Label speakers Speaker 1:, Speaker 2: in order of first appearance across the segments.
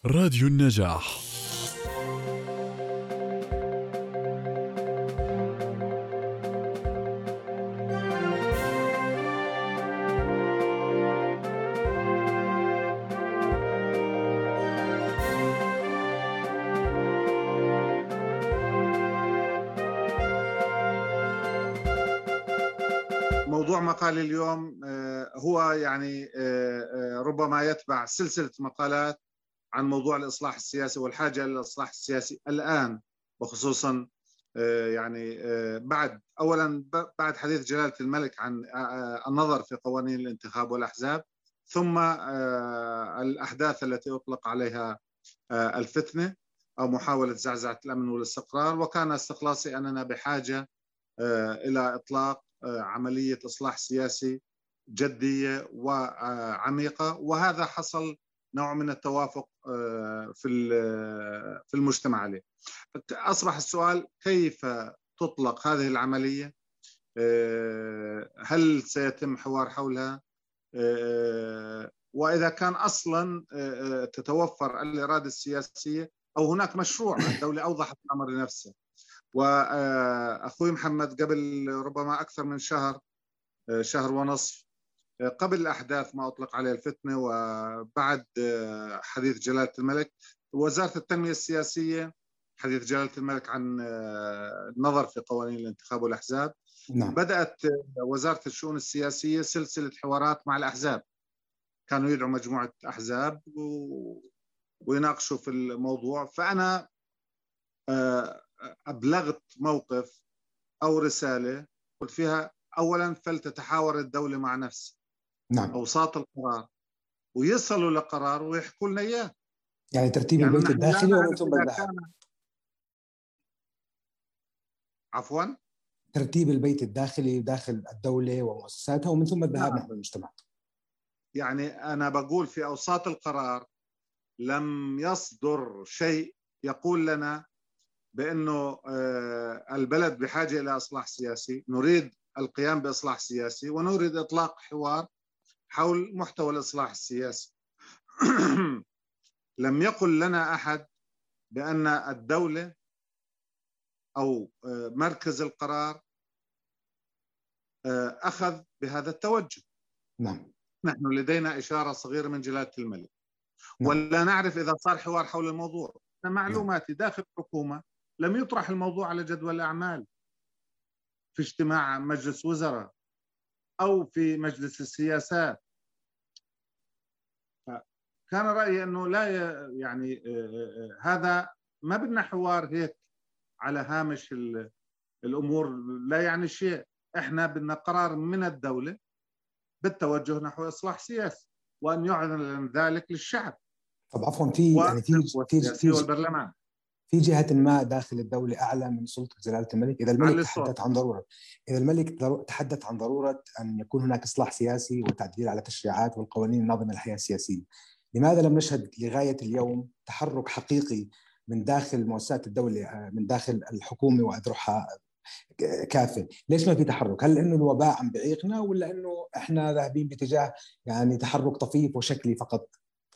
Speaker 1: راديو النجاح.
Speaker 2: موضوع مقالي اليوم هو يعني ربما يتبع سلسلة مقالات عن موضوع الإصلاح السياسي والحاجة للإصلاح السياسي الآن، وخصوصا يعني بعد حديث جلالة الملك عن النظر في قوانين الانتخاب والأحزاب، ثم الأحداث التي أطلق عليها الفتنة أو محاولة زعزعة الأمن والاستقرار. وكان استخلاصي أننا بحاجة إلى إطلاق عملية إصلاح سياسي جدية وعميقة، وهذا حصل نوع من التوافق في المجتمع عليه. أصبح السؤال كيف تطلق هذه العملية؟ هل سيتم حوار حولها؟ وإذا كان أصلا تتوفر الإرادة السياسية أو هناك مشروع، الدولة أوضحت الأمر لنفسه. وأخوي محمد قبل ربما أكثر من شهر ونصف، قبل الأحداث ما أطلق عليه الفتنة وبعد حديث جلالة الملك، وزارة التنمية السياسية حديث جلالة الملك عن النظر في قوانين الانتخاب والأحزاب.
Speaker 3: نعم.
Speaker 2: بدأت وزارة الشؤون السياسية سلسلة حوارات مع الأحزاب، كانوا يدعوا مجموعة أحزاب ويناقشوا في الموضوع. فأنا أبلغت موقف أو رسالة قلت فيها أولا فلتتحاور الدولة مع نفسها،
Speaker 3: نعم.
Speaker 2: أوساط القرار، ويصلوا لقرار ويحكوا لنا إياه.
Speaker 3: يعني ترتيب البيت الداخلي ومن ثم الذهاب.
Speaker 2: عفوا،
Speaker 3: ترتيب البيت الداخلي داخل الدولة ومؤسساتها ومن ثم الذهاب نحو المجتمع.
Speaker 2: يعني أنا بقول في أوساط القرار لم يصدر شيء يقول لنا بأنه البلد بحاجة إلى إصلاح سياسي، نريد القيام بإصلاح سياسي ونريد إطلاق حوار حول محتوى الإصلاح السياسي. لم يقل لنا أحد بأن الدولة أو مركز القرار أخذ بهذا التوجه.
Speaker 3: نعم.
Speaker 2: نحن لدينا إشارة صغيرة من جلالة الملك.
Speaker 3: نعم.
Speaker 2: ولا نعرف إذا صار حوار حول الموضوع. معلوماتي داخل الحكومة لم يطرح الموضوع على جدول الأعمال في اجتماع مجلس وزراء أو في مجلس السياسات. كان رأيي أنه لا يعني هذا ما بدنا حوار هيك على هامش الأمور، لا يعني شيء. إحنا بدنا قرار من الدولة بالتوجه نحو إصلاح سياسي وأن يعلن ذلك للشعب.
Speaker 3: طب عفوا، في
Speaker 2: والبرلمان
Speaker 3: في جهة ما داخل الدولة أعلى من سلطة جلالة الملك. إذا الملك تحدث عن ضرورة أن يكون هناك إصلاح سياسي وتعديل على تشريعات والقوانين الناظمة الحياة السياسية، لماذا لم نشهد لغاية اليوم تحرك حقيقي من داخل مؤسسات الدولة، من داخل الحكومة وأذرعها كافة؟ ليش ما في تحرك؟ هل إنه الوباء عم بعيقنا ولا إنه إحنا ذاهبين باتجاه يعني تحرك طفيف وشكلي فقط؟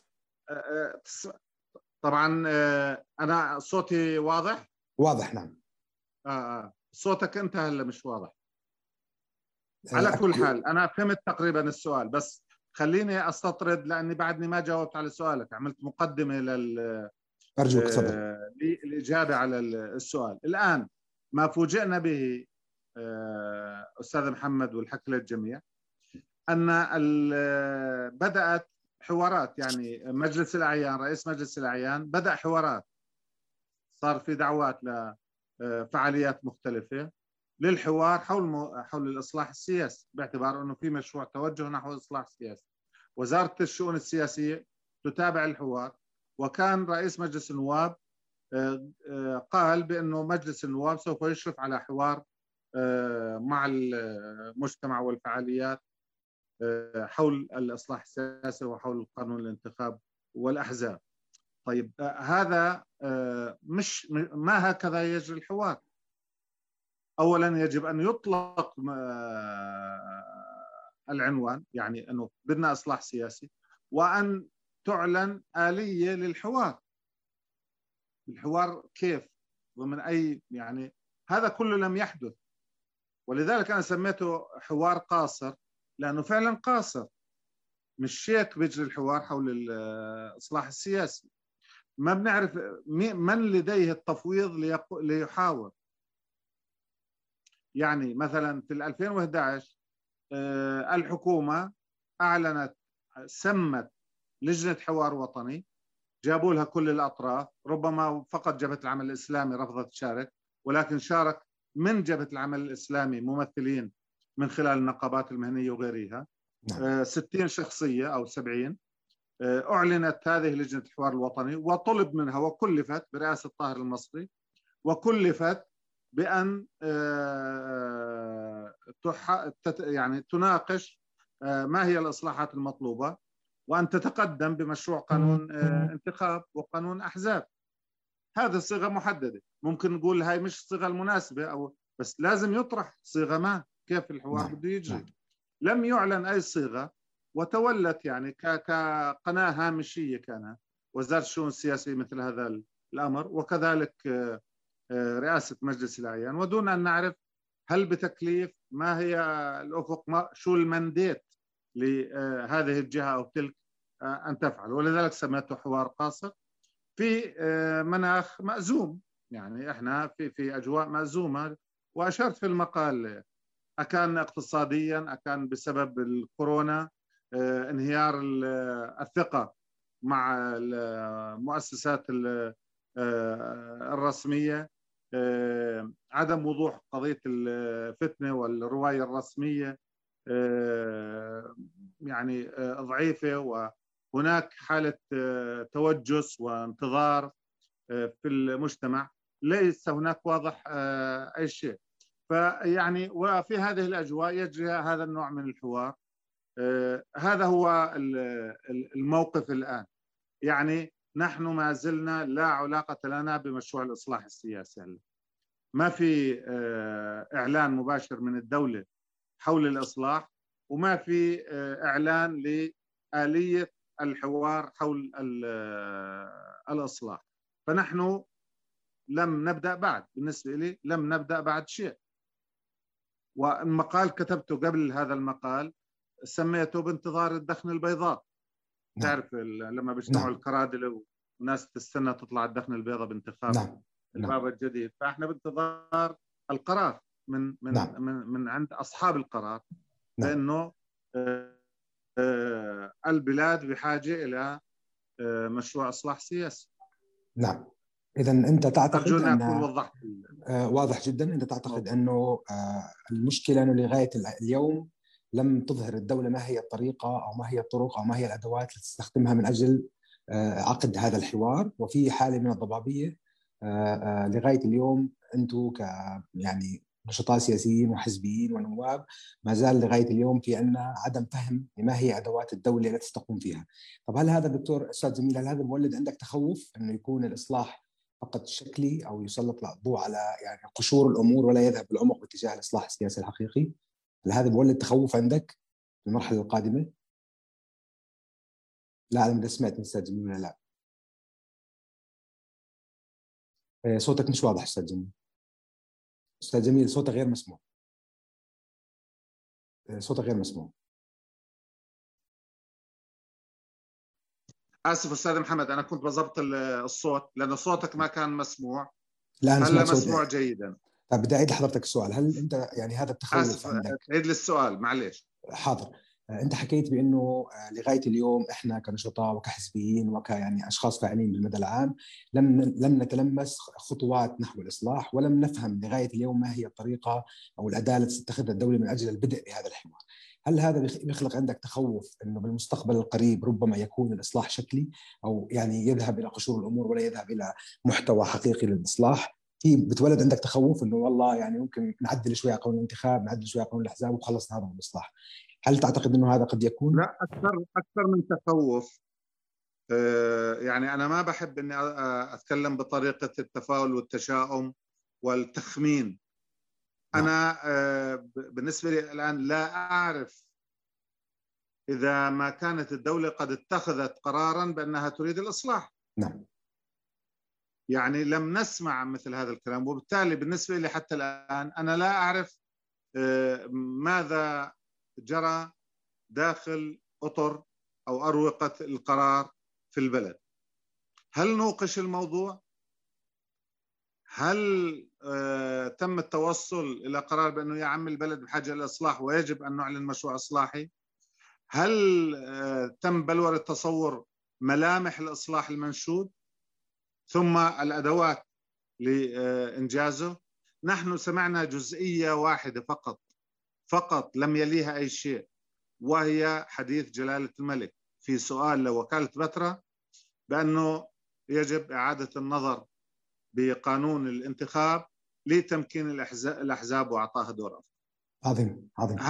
Speaker 2: طبعا أنا صوتي واضح؟
Speaker 3: واضح، نعم.
Speaker 2: صوتك أنت هلا مش واضح. على كل حال أنا فهمت تقريبا السؤال، بس خليني أستطرد لأني بعدني ما جاوبت على سؤالك. عملت مقدمة
Speaker 3: أرجوك تفضل.
Speaker 2: للإجابة على السؤال. الآن ما فوجئنا به أستاذ محمد والحكي للجميع أن بدأت حوارات، يعني مجلس الأعيان، رئيس مجلس الأعيان بدأ حوارات، صار في دعوات لفعاليات مختلفة للحوار حول الإصلاح السياسي، باعتبار أنه في مشروع توجه نحو الإصلاح السياسي. وزارة الشؤون السياسية تتابع الحوار، وكان رئيس مجلس النواب قال بأنه مجلس النواب سوف يشرف على حوار مع المجتمع والفعاليات حول الإصلاح السياسي وحول قانون الانتخاب والأحزاب. طيب هذا ما هكذا يجري الحوار. أولا يجب أن يطلق العنوان، يعني أنه بدنا إصلاح سياسي، وأن تعلن آلية للحوار. الحوار كيف ضمن أي، يعني هذا كله لم يحدث. ولذلك أنا سميته حوار قاصر، لأنه فعلا قاصر، مش هيك بيجري الحوار حول الإصلاح السياسي. ما بنعرف من لديه التفويض ليحاور. يعني مثلا في 2011 الحكومة أعلنت، سمت لجنة حوار وطني، جابوا لها كل الأطراف، ربما فقط جبهة العمل الإسلامي رفضت تشارك، ولكن شارك من جبهة العمل الإسلامي ممثلين من خلال النقابات المهنية وغيرها. 60 شخصية أو 70. أعلنت هذه لجنة الحوار الوطني، وطلب منها وكلفت برئاسة طاهر المصري، وكلفت بأن يعني تناقش ما هي الإصلاحات المطلوبة، وأن تتقدم بمشروع قانون انتخاب وقانون أحزاب. هذه صيغة محددة. ممكن نقول هاي مش الصيغة المناسبة، بس لازم يطرح صيغة ما كيف الحوار بده يجري. لم يعلن أي صيغة، وتولت يعني كقناة هامشية كان وزارة الشؤون السياسية مثل هذا الأمر، وكذلك رئاسة مجلس الأعيان، ودون أن نعرف هل بتكليف، ما هي الأفق، شو المنديت لهذه الجهة أو تلك أن تفعل. ولذلك سميته حوار قاصر في مناخ مأزوم. يعني إحنا في أجواء مأزومة. وأشرت في المقال، أكان اقتصاديا، أكان بسبب الكورونا، انهيار الثقة مع المؤسسات الرسمية، عدم وضوح قضية الفتنة والرواية الرسمية يعني ضعيفة، وهناك حالة توجس وانتظار في المجتمع، ليس هناك واضح أي شيء. فيعني وفي هذه الأجواء يجري هذا النوع من الحوار. هذا هو الموقف الآن. يعني نحن ما زلنا لا علاقة لنا بمشروع الإصلاح السياسي. ما في إعلان مباشر من الدولة حول الإصلاح، وما في إعلان لآلية الحوار حول الإصلاح. فنحن لم نبدأ بعد، بالنسبة لي لم نبدأ بعد شيء. والمقال كتبته قبل هذا المقال سميته بانتظار الدخنة البيضاء. تعرف لما بيجتمعوا الكرادلة والناس تستنى تطلع الدخنة البيضاء بانتخاب البابا الجديد، فاحنا بانتظار القرار من عند أصحاب القرار، لأنه البلاد بحاجة إلى مشروع إصلاح سياسي.
Speaker 3: نعم. إذا أنت تعتقد
Speaker 2: أرجو أن أكون وضحت.
Speaker 3: واضح جدا. أنت تعتقد أنه المشكلة أنه لغاية اليوم لم تظهر الدولة ما هي الطريقة أو ما هي الطرق أو ما هي الأدوات التي تستخدمها من أجل عقد هذا الحوار، وفي حالة من الضبابية لغاية اليوم. أنتم يعني نشطاء سياسيين وحزبيين ونواب ما زال لغاية اليوم في عندنا عدم فهم لما هي أدوات الدولة التي تقوم فيها. طب هل هذا دكتور أستاذ جميل، هل هذا مولد عندك تخوف أنه يكون الإصلاح فقط شكلي أو يسلط الضوء على يعني قشور الأمور ولا يذهب بالعمق باتجاه الإصلاح السياسي الحقيقي؟ هل هذا مولد تخوف عندك في المرحلة القادمة؟ لا أعلم إذا سمعت أستاذ جميل ولا لا. صوتك مش واضح أستاذ جميل. أستاذ جميل صوتك غير مسموع. صوتك غير مسموع.
Speaker 2: آسف أستاذ محمد، أنا كنت بضبط الصوت لأن صوتك ما كان مسموع.
Speaker 3: لا أنا
Speaker 2: هلا مسموع جيدا.
Speaker 3: طيب بدي أعيد لحضرتك السؤال. هل أنت يعني هذا التخوف
Speaker 2: آسف
Speaker 3: عندك؟
Speaker 2: عيد لي السؤال معليش.
Speaker 3: حاضر. أنت حكيت بأنه لغاية اليوم إحنا كنشطاء وكحزبيين يعني أشخاص فاعلين بالمدى العام لم نتلمس خطوات نحو الإصلاح، ولم نفهم لغاية اليوم ما هي الطريقة أو الأداة التي تتخذها الدولة من أجل البدء بهذا الحوار. هل هذا بيخلق عندك تخوف أنه بالمستقبل القريب ربما يكون الإصلاح شكلي، أو يعني يذهب إلى قشور الأمور ولا يذهب إلى محتوى حقيقي للإصلاح؟ بتولد عندك تخوف انه والله يعني ممكن نعدل شويه قانون الانتخاب، نعدل شويه قانون الاحزاب وخلصنا هذا الاصلاح. هل تعتقد انه هذا قد يكون؟
Speaker 2: لا، اكثر من تخوف. يعني انا ما بحب اني اتكلم بطريقه التفاؤل والتشاؤم والتخمين. انا بالنسبه لي الان لا اعرف إذا ما كانت الدولة قد اتخذت قراراً بأنها تريد الإصلاح.
Speaker 3: نعم.
Speaker 2: يعني لم نسمع مثل هذا الكلام، وبالتالي بالنسبة لي حتى الآن أنا لا أعرف ماذا جرى داخل أطر أو أروقة القرار في البلد. هل نوقش الموضوع؟ هل تم التوصل إلى قرار بأنه يا عم البلد بحاجة للإصلاح ويجب أن نعلن مشروع إصلاحي؟ هل تم بلور تصور ملامح الإصلاح المنشود ثم الأدوات لإنجازه؟ نحن سمعنا جزئية واحدة فقط لم يليها أي شيء، وهي حديث جلالة الملك في سؤال لوكالة بتراء بأنه يجب إعادة النظر بقانون الانتخاب لتمكين الأحزاب وأعطاها دور أفضل.
Speaker 3: عظيم.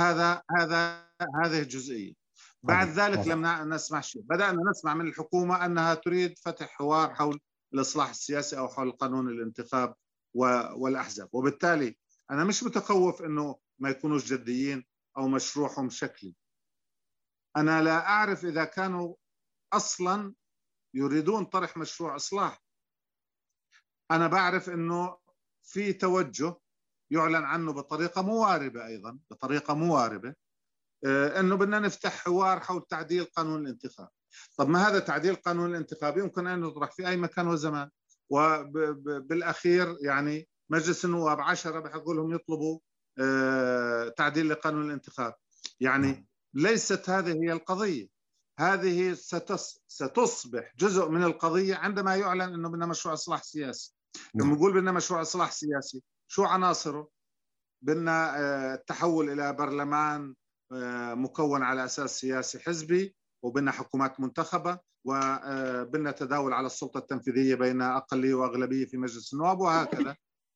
Speaker 2: هذه جزئية. بعد ذلك لم نسمع شيء. بدأنا نسمع من الحكومة أنها تريد فتح حوار حول الإصلاح السياسي أو حول قانون الانتخاب والأحزاب، وبالتالي أنا مش متخوف أنه ما يكونوش جديين أو مشروعهم شكلي. أنا لا أعرف إذا كانوا أصلا يريدون طرح مشروع إصلاح. أنا بعرف أنه في توجه يعلن عنه بطريقة مواربة، أيضا بطريقة مواربة، أنه بدنا نفتح حوار حول تعديل قانون الانتخاب. طب ما هذا تعديل قانون الانتخاب يمكن أن يطرح في أي مكان وزمان، وبالأخير يعني مجلس النواب 10 بحقوا لهم يطلبوا تعديل لقانون الانتخاب. يعني ليست هذه هي القضية. هذه ستصبح جزء من القضية عندما يعلن أنه بدنا مشروع إصلاح سياسي. لما نقول بدنا مشروع إصلاح سياسي، شو عناصره؟ بدنا التحول إلى برلمان مكون على أساس سياسي حزبي، وبدنا حكومات منتخبة، وبدنا تداول على السلطة التنفيذية بين أقلية وأغلبية في مجلس النواب، وهكذا.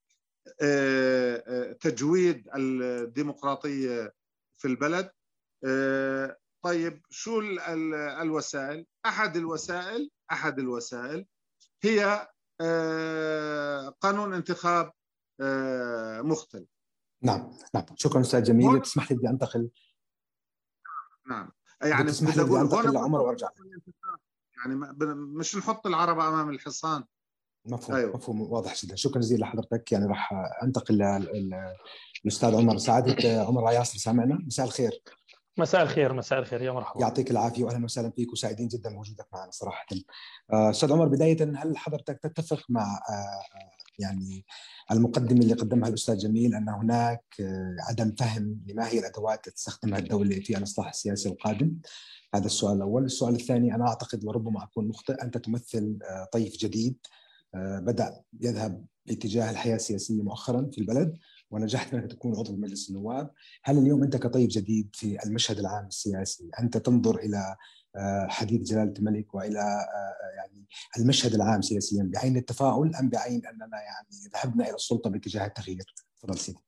Speaker 2: تجويد الديمقراطية في البلد. طيب شو الوسائل؟ أحد الوسائل هي قانون انتخاب مختلف.
Speaker 3: نعم. شكرا أستاذ جميل. تسمح لي بدي أنتقل.
Speaker 2: نعم، يعني
Speaker 3: تسمح لي بدي أنتقل لعمر وأرجع.
Speaker 2: يعني مش نحط العربة أمام الحصان.
Speaker 3: مفهوم. أيوة. مفهوم واضح جدا. شكرا جزيلا لحضرتك. يعني راح أنتقل للأستاذ عمر. سعادة عمر ياسر، سامعنا؟ مساء الخير.
Speaker 1: مساء الخير يا مرحبا.
Speaker 3: يعطيك العافية وأهلا وسهلا فيك، وسعيدين جدا بوجودك معنا صراحة. أستاذ عمر، بداية هل حضرتك تتفق مع يعني المقدمة اللي قدمها الأستاذ جميل أن هناك عدم فهم لما هي الأدوات التي تستخدمها الدولة في الإصلاح السياسي القادم؟ هذا السؤال الأول. السؤال الثاني، أنا أعتقد وربما أكون مخطئ، أنت تمثل طيف جديد بدأ يذهب باتجاه الحياة السياسية مؤخرا في البلد، ونجحت أنك تكون عضو مجلس النواب. هل اليوم أنت كطيف جديد في المشهد العام السياسي أنت تنظر إلى حديث جلالة الملك وإلى يعني المشهد العام سياسيا بعين التفاؤل أم بعين أننا يعني ذهبنا إلى السلطة باتجاه التغيير؟ تفضل سيدي.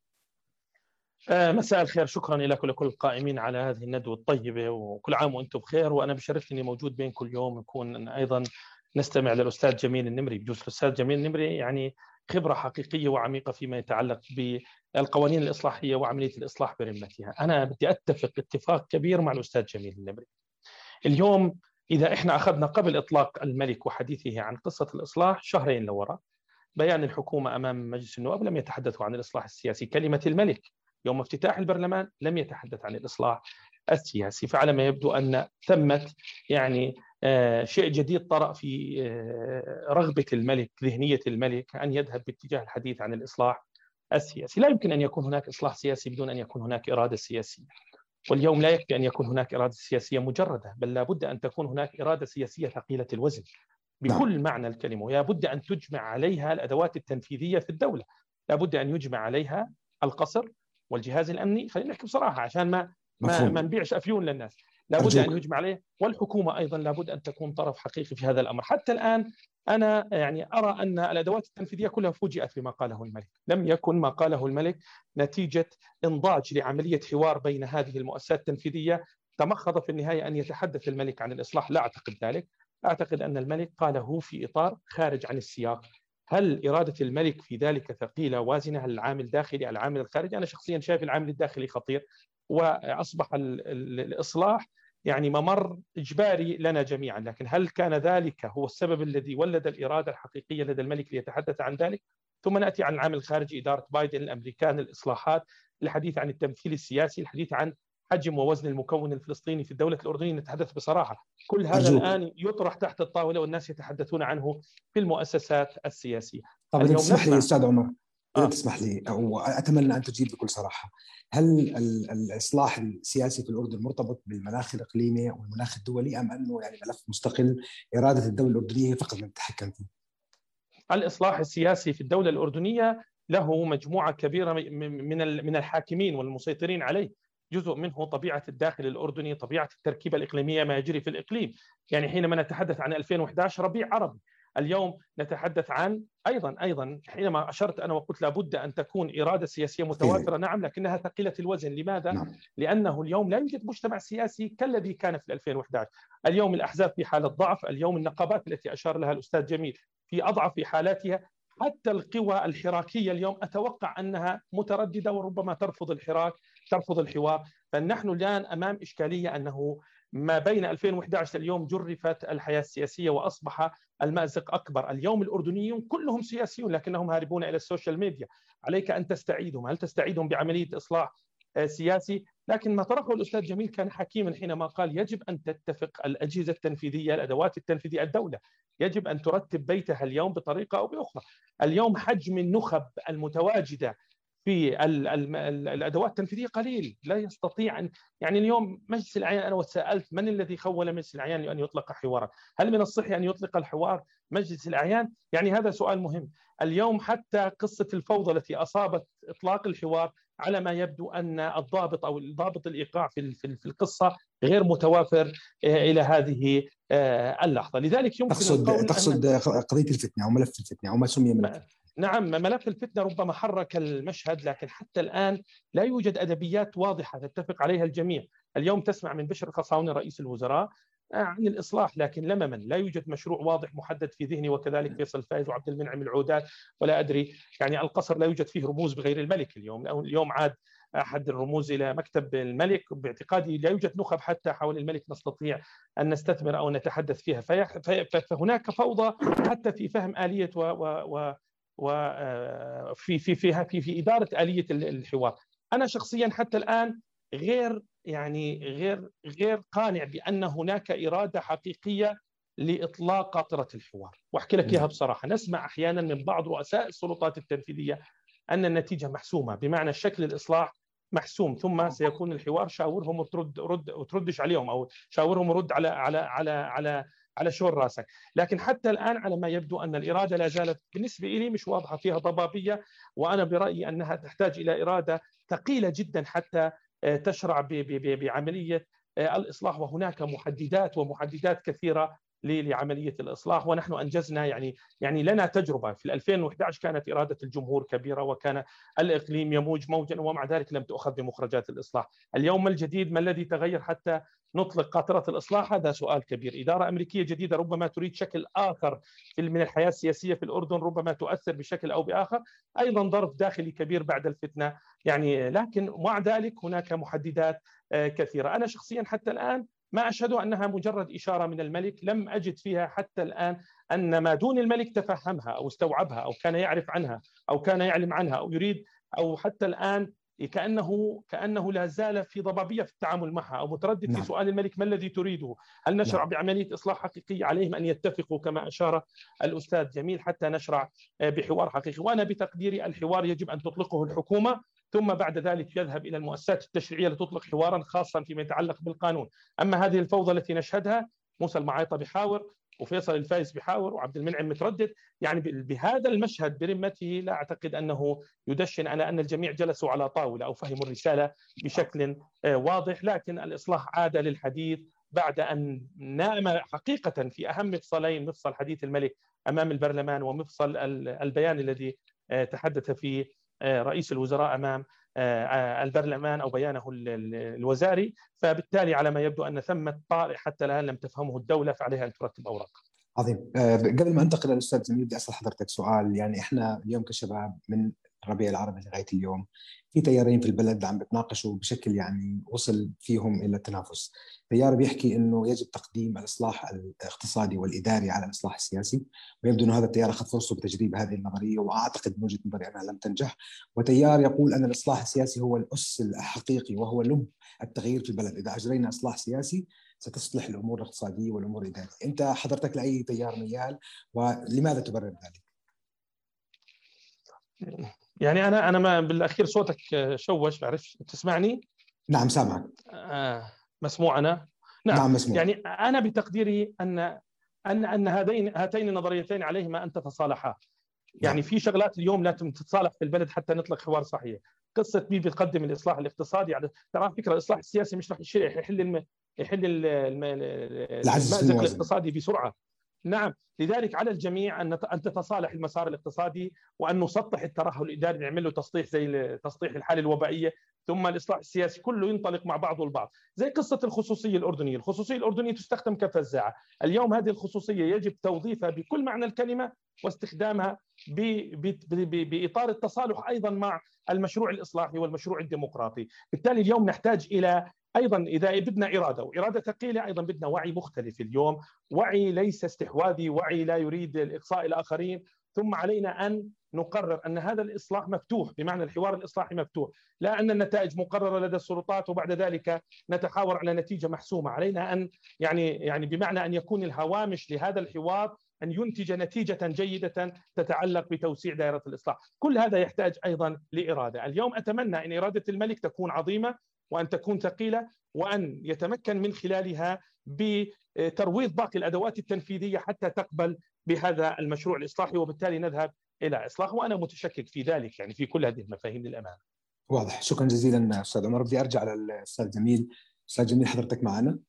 Speaker 1: مساء الخير. شكرا لك ولكل القائمين على هذه الندوة الطيبة، وكل عام وأنتم بخير. وأنا بشرفني موجود بين كل يوم، يكون أيضا نستمع للأستاذ جميل النمري. بجوز الأستاذ جميل النمري يعني خبرة حقيقية وعميقة فيما يتعلق بالقوانين الإصلاحية وعملية الإصلاح برمتها. أنا بدي أتفق اتفاق كبير مع الأستاذ جميل النمري. اليوم إذا إحنا أخذنا قبل إطلاق الملك وحديثه عن قصة الإصلاح شهرين لوراء، بيان الحكومة أمام مجلس النواب لم يتحدثوا عن الإصلاح السياسي. كلمة الملك يوم افتتاح البرلمان لم يتحدث عن الإصلاح السياسي. فعلى ما يبدو أن ثمت يعني شيء جديد طرأ في رغبة الملك، ذهنية الملك أن يذهب باتجاه الحديث عن الإصلاح السياسي. لا يمكن أن يكون هناك إصلاح سياسي بدون أن يكون هناك إرادة سياسية، واليوم لا يكفي أن يكون هناك إرادة سياسية مجردة، بل لابد أن تكون هناك إرادة سياسية ثقيلة الوزن بكل معنى الكلمة، لابد أن تجمع عليها الأدوات التنفيذية في الدولة، لابد أن يجمع عليها القصر والجهاز الأمني. خلينا نحكي بصراحة عشان ما نبيعش أفيون للناس. لابد أن يجمع عليه، والحكومة أيضا لابد أن تكون طرف حقيقي في هذا الأمر. حتى الآن أنا يعني أرى أن الأدوات التنفيذية كلها فوجئت بما قاله الملك. لم يكن ما قاله الملك نتيجة انضاج لعملية حوار بين هذه المؤسسات التنفيذية تمخض في النهاية أن يتحدث الملك عن الإصلاح. لا أعتقد ذلك. أعتقد أن الملك قاله في إطار خارج عن السياق. هل إرادة الملك في ذلك ثقيلة وازنة؟ هل العامل الداخلي العامل الخارجي؟ أنا شخصيا شايف العامل الداخلي خطير، وأصبح الإصلاح يعني ممر إجباري لنا جميعا، لكن هل كان ذلك هو السبب الذي ولد الإرادة الحقيقية لدى الملك ليتحدث عن ذلك؟ ثم نأتي عن العامل الخارجي، إدارة بايدن، الأمريكان، الإصلاحات، الحديث عن التمثيل السياسي، الحديث عن حجم ووزن المكون الفلسطيني في الدولة الأردنية. نتحدث بصراحة، كل هذا الآن يطرح تحت الطاولة والناس يتحدثون عنه في المؤسسات السياسية.
Speaker 3: طب إذا تسمح لي أستاذ عمر، إذا تسمح لي، وأتمنى أن تجيب بكل صراحة، هل الإصلاح السياسي في الأردن مرتبط بالمناخ الإقليمي والمناخ الدولي، أم أنه يعني ملف مستقل إرادة الدولة الأردنية فقط من تتحكم فيه؟
Speaker 1: الإصلاح السياسي في الدولة الأردنية له مجموعة كبيرة من الحاكمين والمسيطرين عليه، جزء منه طبيعة الداخل الأردني، طبيعة التركيبة الإقليمية، ما يجري في الإقليم. يعني حينما نتحدث عن 2011 ربيع عربي، اليوم نتحدث عن أيضا حينما أشرت أنا وقلت لابد أن تكون إرادة سياسية متواترة، نعم، لكنها ثقيلة الوزن. لماذا؟ لأنه اليوم لا يوجد مجتمع سياسي كالذي كان في 2011. اليوم الأحزاب في حالة ضعف، اليوم النقابات التي أشار لها الأستاذ جميل في أضعف حالاتها، حتى القوى الحراكية اليوم أتوقع أنها مترددة وربما ترفض الحراك، ترفض الحوار. فنحن الآن أمام إشكالية أنه ما بين 2011 اليوم جرفت الحياة السياسية وأصبح المأزق أكبر. اليوم الأردنيون كلهم سياسيون لكنهم هاربون إلى السوشيال ميديا. عليك أن تستعيدهم. هل تستعيدهم بعملية إصلاح سياسي؟ لكن ما طرحه الأستاذ جميل كان حكيما حينما قال يجب أن تتفق الأجهزة التنفيذية، الأدوات التنفيذية، الدولة يجب أن ترتب بيتها اليوم بطريقة أو بأخرى. اليوم حجم النخب المتواجدة في الأدوات التنفيذية قليل، لا يستطيع أن يعني اليوم مجلس الأعيان، أنا وسألت من الذي خول مجلس الأعيان لأن يطلق حوارا؟ هل من الصحي أن يطلق الحوار مجلس الأعيان؟ يعني هذا سؤال مهم. اليوم حتى قصة الفوضى التي أصابت إطلاق الحوار، على ما يبدو أن الضابط أو ضابط الإيقاع في القصة غير متوافر إلى هذه اللحظة. لذلك يمكن
Speaker 3: تقصد قضية الفتنة أو ملف الفتنة أو ما سمي ملف.
Speaker 1: نعم، ملف الفتنة ربما حرك المشهد، لكن حتى الآن لا يوجد أدبيات واضحة تتفق عليها الجميع. اليوم تسمع من بشر الخصاونة رئيس الوزراء عن الإصلاح، لكن لمما لا يوجد مشروع واضح محدد في ذهني، وكذلك فيصل فايز وعبد المنعم العودات، ولا أدري يعني القصر لا يوجد فيه رموز بغير الملك. اليوم عاد أحد الرموز إلى مكتب الملك، باعتقادي لا يوجد نخب حتى حول الملك نستطيع أن نستثمر أو نتحدث فيها. فهناك فوضى حتى في فهم آلية في إدارة آلية الحوار. أنا شخصيا حتى الآن غير قانع بأن هناك إرادة حقيقية لإطلاق قاطرة الحوار، وأحكي لك إياها بصراحة. نسمع أحيانا من بعض رؤساء السلطات التنفيذية أن النتيجة محسومة، بمعنى شكل الإصلاح محسوم، ثم سيكون الحوار شاورهم وتردش عليهم، أو شاورهم ورد على شور راسك. لكن حتى الآن على ما يبدو أن الإرادة لا زالت بالنسبة لي مش واضحة، فيها ضبابية، وأنا برأيي أنها تحتاج إلى إرادة ثقيلة جدا حتى تشرع بعملية الإصلاح. وهناك محددات كثيرة لعملية الإصلاح، ونحن أنجزنا يعني لنا تجربة. في 2011 كانت إرادة الجمهور كبيرة، وكان الإقليم يموج موجا، ومع ذلك لم تؤخذ بمخرجات الإصلاح. اليوم ما الجديد؟ ما الذي تغير حتى نطلق قاطرة الإصلاح؟ هذا سؤال كبير. إدارة أمريكية جديدة ربما تريد شكل آخر من الحياة السياسية في الأردن، ربما تؤثر بشكل أو بآخر، أيضا ظرف داخلي كبير بعد الفتنة لكن مع ذلك هناك محددات كثيرة. أنا شخصيا حتى الآن ما أشهد أنها مجرد إشارة من الملك، لم أجد فيها حتى الآن أن ما دون الملك تفهمها أو استوعبها أو كان يعرف عنها أو كان يعلم عنها أو يريد، أو حتى الآن كأنه لا زال في ضبابية في التعامل معها أو متردد في سؤال الملك ما الذي تريده. هل نشرع بعملية إصلاح حقيقية؟ عليهم أن يتفقوا كما أشار الأستاذ جميل حتى نشرع بحوار حقيقي. وأنا بتقديري الحوار يجب أن تطلقه الحكومة، ثم بعد ذلك يذهب إلى المؤسسات التشريعية لتطلق حوارا خاصا فيما يتعلق بالقانون. أما هذه الفوضى التي نشهدها، موسى المعايطة بحاور وفيصل الفايز بحاور وعبد المنعم متردد، يعني بهذا المشهد برمته لا أعتقد أنه يدشن على أن الجميع جلسوا على طاولة أو فهموا الرسالة بشكل واضح. لكن الإصلاح عاد للحديث بعد أن نام حقيقة في أهم مفصلين، مفصل حديث الملك أمام البرلمان ومفصل البيان الذي تحدث فيه رئيس الوزراء أمام البرلمان أو بيانه الوزاري. فبالتالي على ما يبدو أن ثمة طارئ حتى الآن لم تفهمه الدولة، فعليها أن ترتب أوراق.
Speaker 3: عظيم. قبل ما أنتقل للأستاذ جميل بدي أسأل حضرتك سؤال. يعني إحنا اليوم كشباب من الربيع العربي لغاية اليوم في تيارين في البلد عم بتناقشوا بشكل يعني وصل فيهم إلى التنافس. تيار بيحكي إنه يجب تقديم الإصلاح الاقتصادي والإداري على الإصلاح السياسي، ويبدو أن هذا التيار أخذ فرصه بتجريب هذه النظرية، وأعتقد من وجهة نظري أنها لم تنجح. وتيار يقول أن الإصلاح السياسي هو الأس الحقيقي وهو لب التغيير في البلد. إذا أجرينا إصلاح سياسي ستصلح الأمور الاقتصادية والأمور الإدارية. أنت حضرتك لأي تيار ميال ولماذا تبرر ذلك؟
Speaker 1: يعني أنا ما بالأخير صوتك شوش، بعرفش تسمعني؟
Speaker 3: نعم سامعك.
Speaker 1: مسموع أنا؟
Speaker 3: نعم مسموع.
Speaker 1: يعني أنا بتقديري أن هاتين النظريتين عليهما أن تتصالحا. يعني في شغلات اليوم لازم تتصالح في البلد حتى نطلق حوار صحيح. قصة مين بتقدم الإصلاح الاقتصادي، على ترى فكرة الإصلاح السياسي مش رح يحل المأزق الاقتصادي بسرعة. نعم، لذلك على الجميع أن تتصالح المسار الاقتصادي، وأن نسطح الترهل الإداري، نعمل له تصليح زي تصليح الحالة الوبائية، ثم الإصلاح السياسي كله ينطلق مع بعضه البعض. زي قصة الخصوصية الأردنية تستخدم كفزاعة. اليوم هذه الخصوصية يجب توظيفها بكل معنى الكلمة واستخدامها بإطار التصالح أيضا مع المشروع الإصلاحي والمشروع الديمقراطي. بالتالي اليوم نحتاج إلى أيضا إذا بدنا إرادة وإرادة ثقيلة، أيضا بدنا وعي مختلف اليوم، وعي ليس استحواذي، وعي لا يريد إقصاء الآخرين. ثم علينا أن نقرر أن هذا الإصلاح مفتوح، بمعنى الحوار الإصلاحي مفتوح، لا أن النتائج مقررة لدى السلطات وبعد ذلك نتحاور على نتيجة محسومة. علينا أن يعني بمعنى أن يكون الهوامش لهذا الحوار أن ينتج نتيجة جيدة تتعلق بتوسيع دائرة الإصلاح. كل هذا يحتاج أيضا لإرادة. اليوم أتمنى أن إرادة الملك تكون عظيمة وأن تكون ثقيلة، وأن يتمكن من خلالها بترويض باقي الأدوات التنفيذية حتى تقبل بهذا المشروع الإصلاحي، وبالتالي نذهب إلى إصلاح. وأنا متشكك في ذلك، يعني في كل هذه المفاهيم للأمانة.
Speaker 3: واضح. شكرا جزيلا أستاذ عمر. بدي أرجع للأستاذ جميل. أستاذ جميل حضرتك معنا؟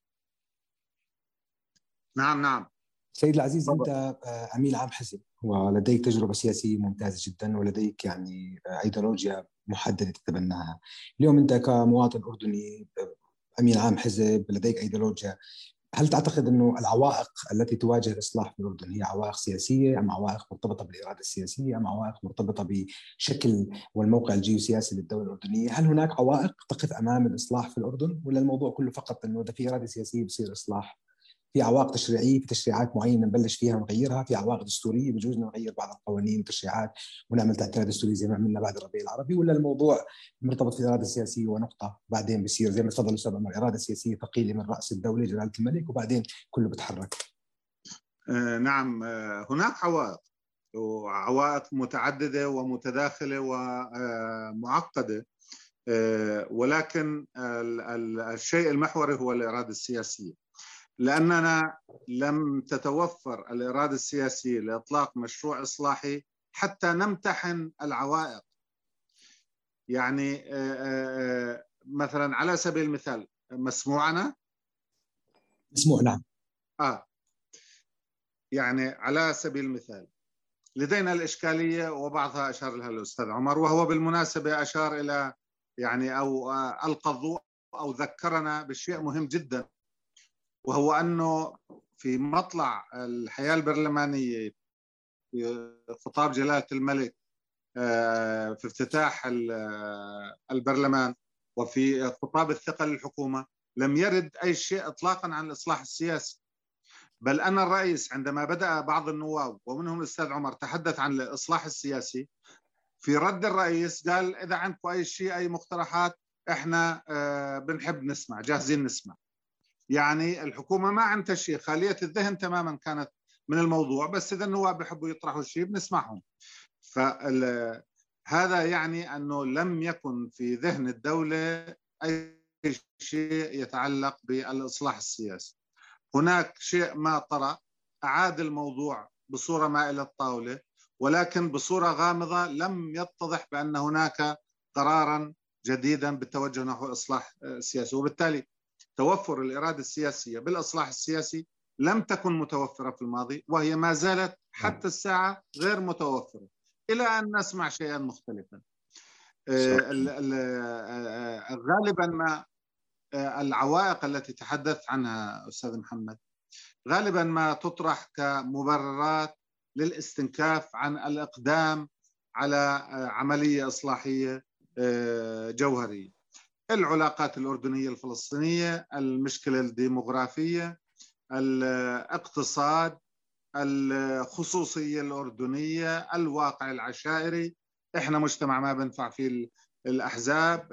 Speaker 2: نعم.
Speaker 3: سيد العزيز، أنت أمين عام حزب ولديك تجربة سياسية ممتازة جدا، ولديك يعني أيديولوجيا محددة تتبناها. اليوم أنت كمواطن أردني أمين عام حزب لديك أيديولوجيا، هل تعتقد أنه العوائق التي تواجه الإصلاح في الأردن هي عوائق سياسية، أم عوائق مرتبطة بالإرادة السياسية، أم عوائق مرتبطة بشكل والموقع الجيوسياسي للدولة الأردنية؟ هل هناك عوائق تقف أمام الإصلاح في الأردن، ولا الموضوع كله فقط أنه إذا في إرادة سياسية بصير إصلاح؟ في عوائق تشريعيه، في تشريعات معينه نبلش فيها ونغيرها، في عوائق دستوريه بجوز نغير بعض القوانين والتشريعات ونعمل تعديلات دستوريه زي ما عملنا بعد الربيع العربي، ولا الموضوع مرتبط في الاراده السياسيه ونقطه بعدين بصير زي ما تفضل الاستاذ عمر اراده سياسيه ثقيله من راس الدوله جلاله الملك وبعدين كله بتحرك؟
Speaker 2: نعم، هناك عوائق متعدده ومتداخله ومعقده، ولكن الشيء المحوري هو الاراده السياسيه. لأننا لم تتوفر الإرادة السياسية لإطلاق مشروع إصلاحي حتى نمتحن العوائق. يعني مثلا على سبيل المثال، مسموعنا؟
Speaker 3: مسموع نعم.
Speaker 2: يعني على سبيل المثال لدينا الإشكالية وبعضها أشار لها الأستاذ عمر، وهو بالمناسبة أشار إلى يعني أو ألقى الضوء أو ذكرنا بشيء مهم جدا، وهو أنه في مطلع الحياة البرلمانية في خطاب جلالة الملك في افتتاح البرلمان وفي خطاب الثقة للحكومة لم يرد أي شيء إطلاقا عن الإصلاح السياسي، بل أن الرئيس عندما بدأ بعض النواب ومنهم الأستاذ عمر تحدث عن الإصلاح السياسي، في رد الرئيس قال إذا عندكم أي شيء أي مقترحات إحنا بنحب نسمع، جاهزين نسمع. يعني الحكومة ما عندها شيء، خالية الذهن تماما كانت من الموضوع، بس إذا النواب بيحبوا يطرحوا شيء بنسمعهم. فهذا يعني أنه لم يكن في ذهن الدولة أي شيء يتعلق بالإصلاح السياسي. هناك شيء ما طرأ أعاد الموضوع بصورة ما إلى الطاولة، ولكن بصورة غامضة لم يتضح بأن هناك قرارا جديدا بالتوجه نحو إصلاح سياسي، وبالتالي توفر الإرادة السياسية بالإصلاح السياسي لم تكن متوفرة في الماضي، وهي ما زالت حتى الساعة غير متوفرة إلى أن نسمع شيئا مختلفا. غالبا ما العوائق التي تحدث عنها أستاذ محمد غالبا ما تطرح كمبررات للاستنكاف عن الإقدام على عملية إصلاحية جوهرية. العلاقات الأردنية الفلسطينية، المشكلة الديموغرافية، الاقتصاد، الخصوصية الأردنية، الواقع العشائري. إحنا مجتمع ما بنفع فيه الأحزاب.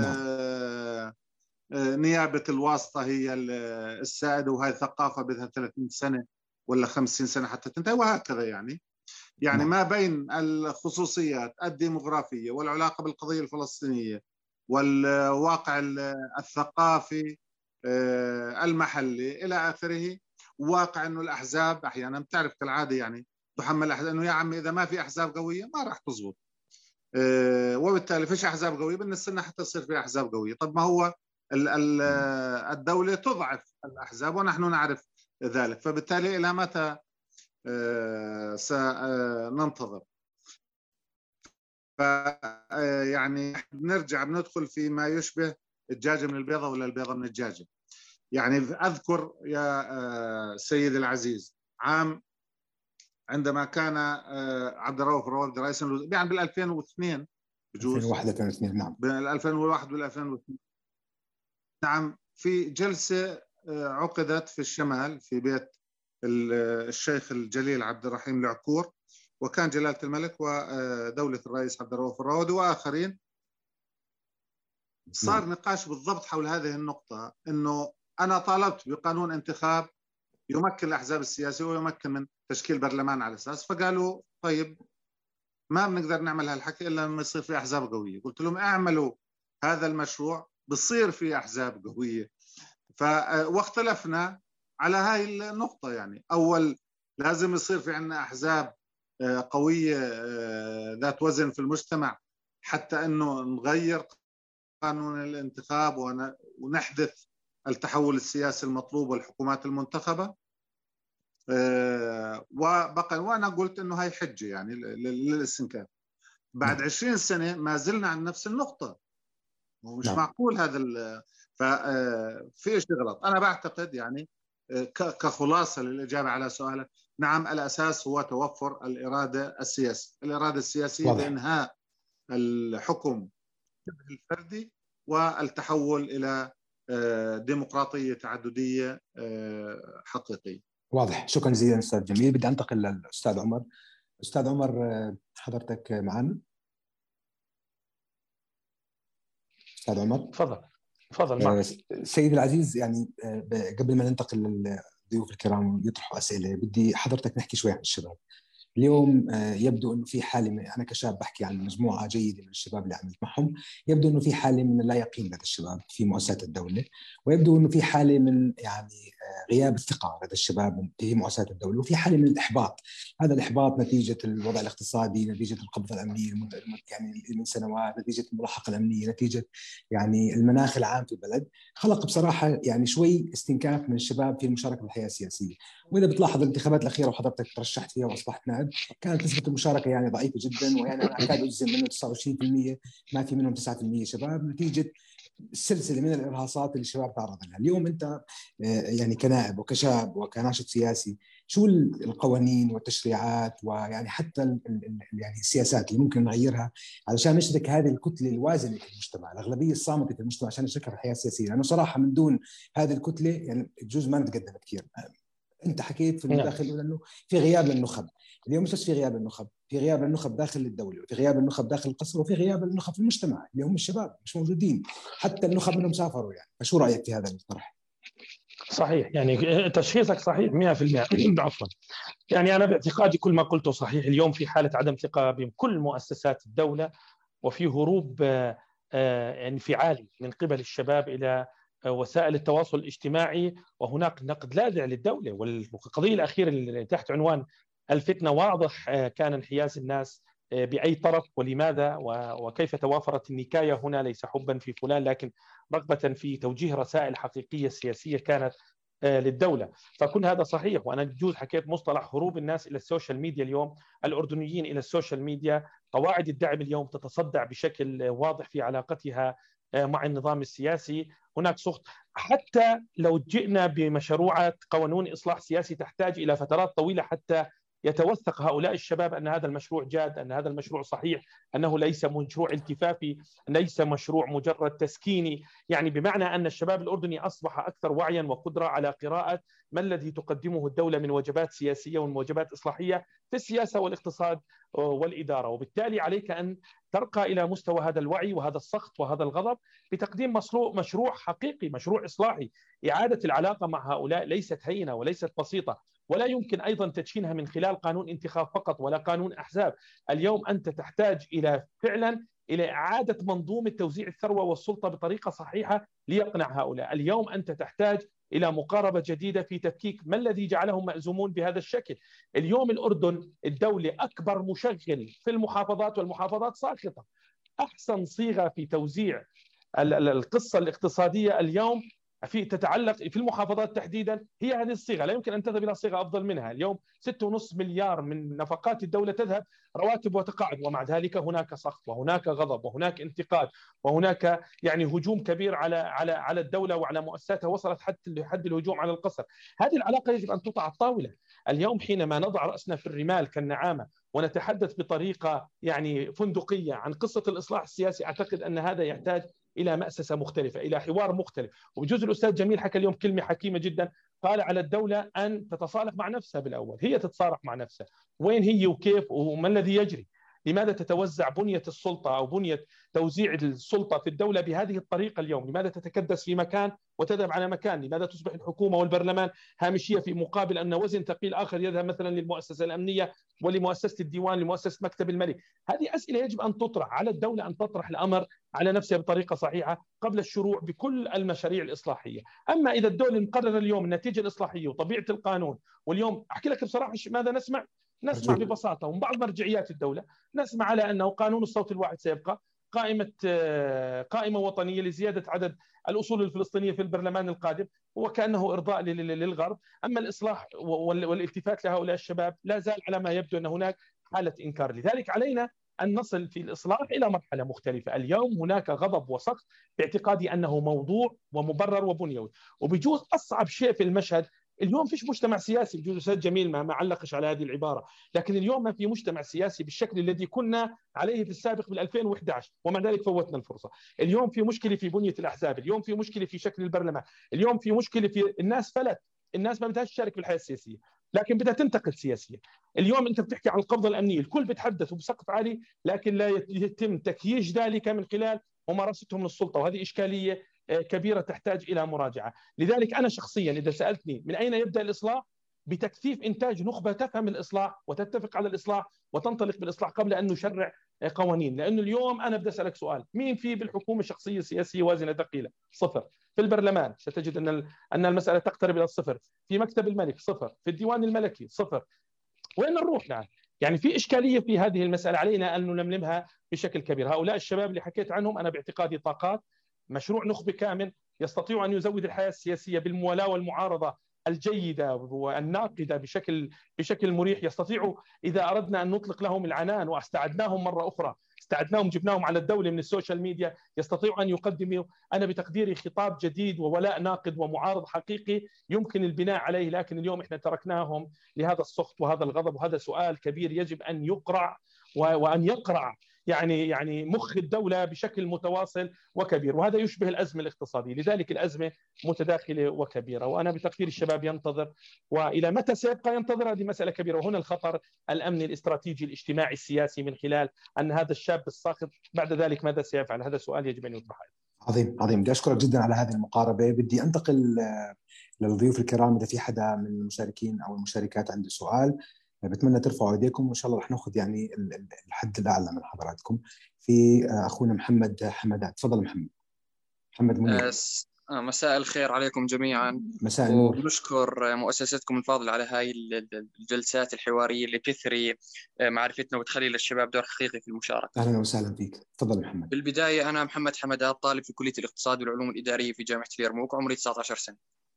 Speaker 2: نيابة الواسطة هي السائدة، وهي ثقافة بدها 30 سنة ولا 50 سنة حتى تنتهي، وهكذا. يعني ما بين الخصوصيات الديموغرافية والعلاقة بالقضية الفلسطينية والواقع الثقافي المحلي إلى آخره، واقع أنه الأحزاب أحيانا بتعرف كالعادة يعني تحمل الأحزاب أنه يا عمي إذا ما في أحزاب قوية ما راح تزبط، وبالتالي فيش أحزاب قوية بالنسبة حتى تصير في أحزاب قوية. طب ما هو الدولة تضعف الأحزاب ونحن نعرف ذلك، فبالتالي إلى متى سننتظر؟ يعني بنرجع بندخل في ما يشبه الدجاجة من البيضة ولا البيضة من الدجاجة. يعني أذكر يا سيد العزيز عام عندما كان عبد الرؤوف الروادي رئيسا يعني بال 2002 بجوز
Speaker 3: 2001 2002 نعم
Speaker 2: بين 2001 وال 2002 نعم، في جلسة عقدت في الشمال في بيت الشيخ الجليل عبد الرحيم العكور، وكان جلالة الملك ودولة الرئيس عبد الرؤوف الروادي وآخرين. صار نقاش بالضبط حول هذه النقطة، أنه أنا طالبت بقانون انتخاب يمكن الأحزاب السياسية ويمكن من تشكيل برلمان على أساس، فقالوا طيب ما بنقدر نعمل هالحكي إلا لما يصير في أحزاب قوية. قلت لهم اعملوا هذا المشروع بصير في أحزاب قوية. واختلفنا على هاي النقطة، يعني أول لازم يصير في عندنا أحزاب قوية ذات وزن في المجتمع حتى أنه نغير قانون الانتخاب ونحدث التحول السياسي المطلوب والحكومات المنتخبة. وأنا قلت أنه هاي حجة يعني للاستنكاف. بعد 20 سنة ما زلنا عن نفس النقطة، مش معقول هذا ففي شيء غلط. أنا بعتقد يعني كخلاصة للإجابة على سؤالك، نعم الأساس هو توفر الإرادة السياسية بإنهاء الحكم الفردي والتحول إلى ديمقراطية تعددية حقيقية.
Speaker 3: واضح. شكرا جزيلا أستاذ جميل. بدي أنتقل للأستاذ عمر. أستاذ عمر حضرتك معنا؟ أستاذ عمر
Speaker 1: تفضل معك.
Speaker 3: سيد العزيز، يعني قبل ما ننتقل للضيوف الكرام يطرحوا أسئلة، بدي حضرتك نحكي شوي عن الشباب. اليوم يبدو أنه في حالة، أنا كشاب بحكي عن مجموعة جيدة من الشباب اللي عملت معهم، يبدو أنه في حالة من اللا يقين لدى الشباب في مؤسسات الدولة، ويبدو أنه في حالة من يعني غياب الثقة لدى الشباب في مؤسسات الدولة، وفي حالة من الإحباط. هذا الإحباط نتيجة الوضع الاقتصادي، نتيجة القبضة الأمنية يعني من سنوات، نتيجة الملاحقة الأمنية، نتيجة يعني المناخ العام في البلد، خلق بصراحة يعني شوي استنكاف من الشباب في المشاركة بالحياة السياسية. وإذا بتلاحظ الانتخابات الأخيرة وحضرتك ترشحت فيها وأصبحت نائب، كانت نسبة المشاركة يعني ضعيفة جدا، ويعني أنا أكاد أجزم منه 29%، ما في منهم 9% شباب، نتيجة سلسلة من الإرهاصات اللي الشباب تعرض لها. اليوم أنت يعني كنائب وكشاب وكناشط سياسي، شو القوانين والتشريعات ويعني حتى يعني السياسات اللي ممكن نغيرها علشان نشرك هذه الكتلة الوازنة في المجتمع، الأغلبية الصامتة في المجتمع، عشان نشركها في الحياة السياسية؟ لأنه صراحة من دون هذه الكتلة يعني بجوز ما نتقدم كثير. انت حكيت في المداخل الاولى انه في غياب للنخب. اليوم مش بس في غياب للنخب، في غياب للنخب داخل الدوله، وفي غياب للنخب داخل القصر، وفي غياب للنخب في المجتمع اللي هم الشباب مش موجودين، حتى النخب منهم سافروا يعني. فشو رايك في هذا الطرح؟
Speaker 1: صحيح، يعني تشخيصك صحيح 100%. عفوا، يعني انا باعتقادي كل ما قلته صحيح. اليوم في حاله عدم ثقه بكل مؤسسات الدوله، وفي هروب انفعالي من قبل الشباب الى وسائل التواصل الاجتماعي، وهناك نقد لاذع للدوله. والقضيه الاخيره اللي تحت عنوان الفتنه، واضح كان انحياز الناس باي طرف ولماذا، وكيف توافرت النكايه هنا، ليس حبا في فلان لكن رغبه في توجيه رسائل حقيقيه سياسيه كانت للدولة. فكل هذا صحيح. وأنا بجوز حكيت مصطلح هروب الناس إلى السوشيال ميديا. اليوم الأردنيين إلى السوشيال ميديا، قواعد الدعم اليوم تتصدع بشكل واضح في علاقتها مع النظام السياسي. هناك سخط، حتى لو جئنا بمشروعات قانون إصلاح سياسي تحتاج إلى فترات طويلة حتى يتوثق هؤلاء الشباب أن هذا المشروع جاد، أن هذا المشروع صحيح، أنه ليس مشروع التفافي، ليس مشروع مجرد تسكيني. يعني بمعنى أن الشباب الأردني أصبح أكثر وعيا وقدرة على قراءة ما الذي تقدمه الدولة من واجبات سياسية ومن واجبات إصلاحية في السياسة والاقتصاد والإدارة. وبالتالي عليك أن ترقى إلى مستوى هذا الوعي وهذا السخط وهذا الغضب بتقديم مشروع حقيقي، مشروع إصلاحي. إعادة العلاقة مع هؤلاء ليست هينة وليست بسيطة، ولا يمكن أيضا تدشينها من خلال قانون انتخاب فقط ولا قانون أحزاب. اليوم أنت تحتاج إلى فعلا إلى إعادة منظومة توزيع الثروة والسلطة بطريقة صحيحة ليقنع هؤلاء. اليوم أنت تحتاج إلى مقاربة جديدة في تفكيك ما الذي جعلهم مأزومون بهذا الشكل. اليوم الأردن الدولة أكبر مشغل في المحافظات، والمحافظات ساخطة. أحسن صيغة في توزيع القصة الاقتصادية اليوم تتعلق في المحافظات تحديدا هي هذه الصيغة. لا يمكن أن تذهب إلى صيغة أفضل منها. اليوم 6.5 مليار من نفقات الدولة تذهب رواتب وتقاعد، ومع ذلك هناك سخط وهناك غضب وهناك انتقاد وهناك يعني هجوم كبير على الدولة وعلى مؤسساتها، وصلت حتى لحد الهجوم على القصر. هذه العلاقة يجب أن توضع على الطاولة. اليوم حينما نضع رأسنا في الرمال كالنعامة ونتحدث بطريقة يعني فندقية عن قصة الإصلاح السياسي، أعتقد أن هذا يحتاج إلى مأسسة مختلفة، إلى حوار مختلف. وبجزء الأستاذ جميل حكى اليوم كلمة حكيمة جدا، قال على الدولة أن تتصالح مع نفسها بالأول. هي تتصالح مع نفسها، وين هي وكيف وما الذي يجري؟ لماذا تتوزع بنية السلطة أو بنية توزيع السلطة في الدولة بهذه الطريقة اليوم؟ لماذا تتكدس في مكان وتذهب على مكان؟ لماذا تصبح الحكومة والبرلمان هامشية في مقابل أن وزن ثقيل آخر يذهب مثلا للمؤسسة الأمنية ولمؤسسة الديوان لمؤسسة مكتب الملك؟ هذه أسئلة يجب أن تطرح على الدولة، أن تطرح الأمر على نفسها بطريقة صحيحة قبل الشروع بكل المشاريع الإصلاحية. أما إذا الدولة مقررة اليوم النتيجة الإصلاحية وطبيعة القانون، واليوم أحكي لك بصراحة ماذا نسمع ببساطة ومن بعض مرجعيات الدولة، نسمع على أنه قانون الصوت الواحد سيبقى، قائمة وطنية لزيادة عدد الأصول الفلسطينية في البرلمان القادم، وكأنه إرضاء للغرب. أما الإصلاح والالتفات لهؤلاء الشباب لا زال على ما يبدو أن هناك حالة إنكار. لذلك علينا أن نصل في الإصلاح إلى مرحلة مختلفة. اليوم هناك غضب وسخط باعتقادي أنه موضوع ومبرر وبنيوي. وبجوز أصعب شيء في المشهد اليوم فيش مجتمع سياسي، بجوز أستاذ جميل ما علقش على هذه العبارة، لكن اليوم ما في مجتمع سياسي بالشكل الذي كنا عليه في السابق بال2011، ومع ذلك فوتنا الفرصة. اليوم في مشكلة في بنية الأحزاب، اليوم في مشكلة في شكل البرلمان، اليوم في مشكلة في الناس الناس ما بدها تشارك في الحياة السياسية لكن بدها تنتقد سياسيا. اليوم انت بتحكي عن القبضة الأمنية، الكل بيتحدث وبسقف عالي، لكن لا يتم تكييج ذلك من خلال ممارستهم للسلطة، وهذه إشكالية كبيرة تحتاج إلى مراجعة. لذلك أنا شخصيا إذا سألتني من أين يبدأ الإصلاح، بتكثيف إنتاج نخبة تفهم الإصلاح وتتفق على الإصلاح وتنطلق بالإصلاح قبل أن نشرع قوانين. لأنه اليوم أنا بدي أسألك سؤال، مين في بالحكومة شخصية سياسية وازنة ثقيلة؟ صفر. في البرلمان ستجد أن المسألة تقترب إلى الصفر. في مكتب الملك صفر. في الديوان الملكي صفر. وين نروح نعم؟ يعني في إشكالية في هذه المسألة، علينا أن نلملمها بشكل كبير. هؤلاء الشباب اللي حكيت عنهم أنا باعتقادي طاقات، مشروع نخبة كامل يستطيع أن يزود الحياة السياسية بالموالاة والمعارضة الجيدة والناقدة بشكل مريح. يستطيع إذا أردنا أن نطلق لهم العنان واستعدناهم مرة أخرى، استعدناهم جبناهم على الدولة من السوشيال ميديا، يستطيع أن يقدموا أنا بتقديري خطاب جديد وولاء ناقد ومعارض حقيقي يمكن البناء عليه. لكن اليوم إحنا تركناهم لهذا السخط وهذا الغضب، وهذا سؤال كبير يجب أن يقرع وأن يقرع يعني مخ الدولة بشكل متواصل وكبير، وهذا يشبه الأزمة الاقتصادية. لذلك الأزمة متداخلة وكبيرة، وأنا بتقدير الشباب ينتظر، وإلى متى سيبقى ينتظر هذه مسألة كبيرة. وهنا الخطر الأمني الاستراتيجي الاجتماعي السياسي من خلال أن هذا الشاب الساخط بعد ذلك ماذا سيفعل؟ هذا سؤال يجب أن يطرح.
Speaker 3: عظيم. بدي أشكرك جدا على هذه المقاربة. بدي أنتقل للضيوف الكرام، إذا في حدا من المشاركين أو المشاركات عنده سؤال بتمنى ترفعوا ايديكم، وان شاء الله رح ناخذ يعني الحد الاعلى من حضراتكم. في اخونا محمد حمدان، تفضل محمد منير.
Speaker 4: مساء الخير عليكم جميعا.
Speaker 3: مساء النور.
Speaker 4: ونشكر مؤسستكم الفاضلة على هاي الجلسات الحوارية اللي بتثري معرفتنا وتخلي للشباب دور حقيقي في المشاركة.
Speaker 3: اهلا وسهلا فيك، تفضل محمد.
Speaker 4: بالبداية أنا محمد حمدان، طالب في كلية الاقتصاد والعلوم الإدارية في جامعة اليرموك، عمري 19 سنة.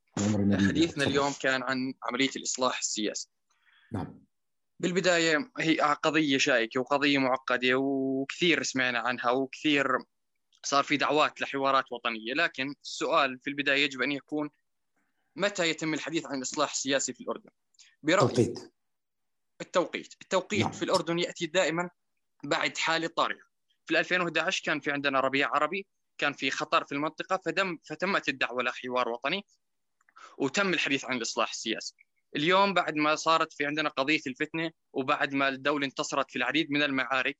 Speaker 4: حديثنا اليوم كان عن عملية الإصلاح السياسي.
Speaker 3: نعم.
Speaker 4: بالبداية هي قضية شائكة وقضية معقدة وكثير سمعنا عنها وكثير صار في دعوات لحوارات وطنية، لكن السؤال في البداية يجب أن يكون متى يتم الحديث عن الإصلاح السياسي في الأردن؟
Speaker 3: توقيت.
Speaker 4: التوقيت في الأردن يأتي دائما بعد حالة طارئة. في 2011 كان في عندنا ربيع عربي، كان في خطر في المنطقة، فتمت الدعوة لحوار وطني وتم الحديث عن الإصلاح السياسي. اليوم بعد ما صارت في عندنا قضية الفتنة، وبعد ما الدولة انتصرت في العديد من المعارك،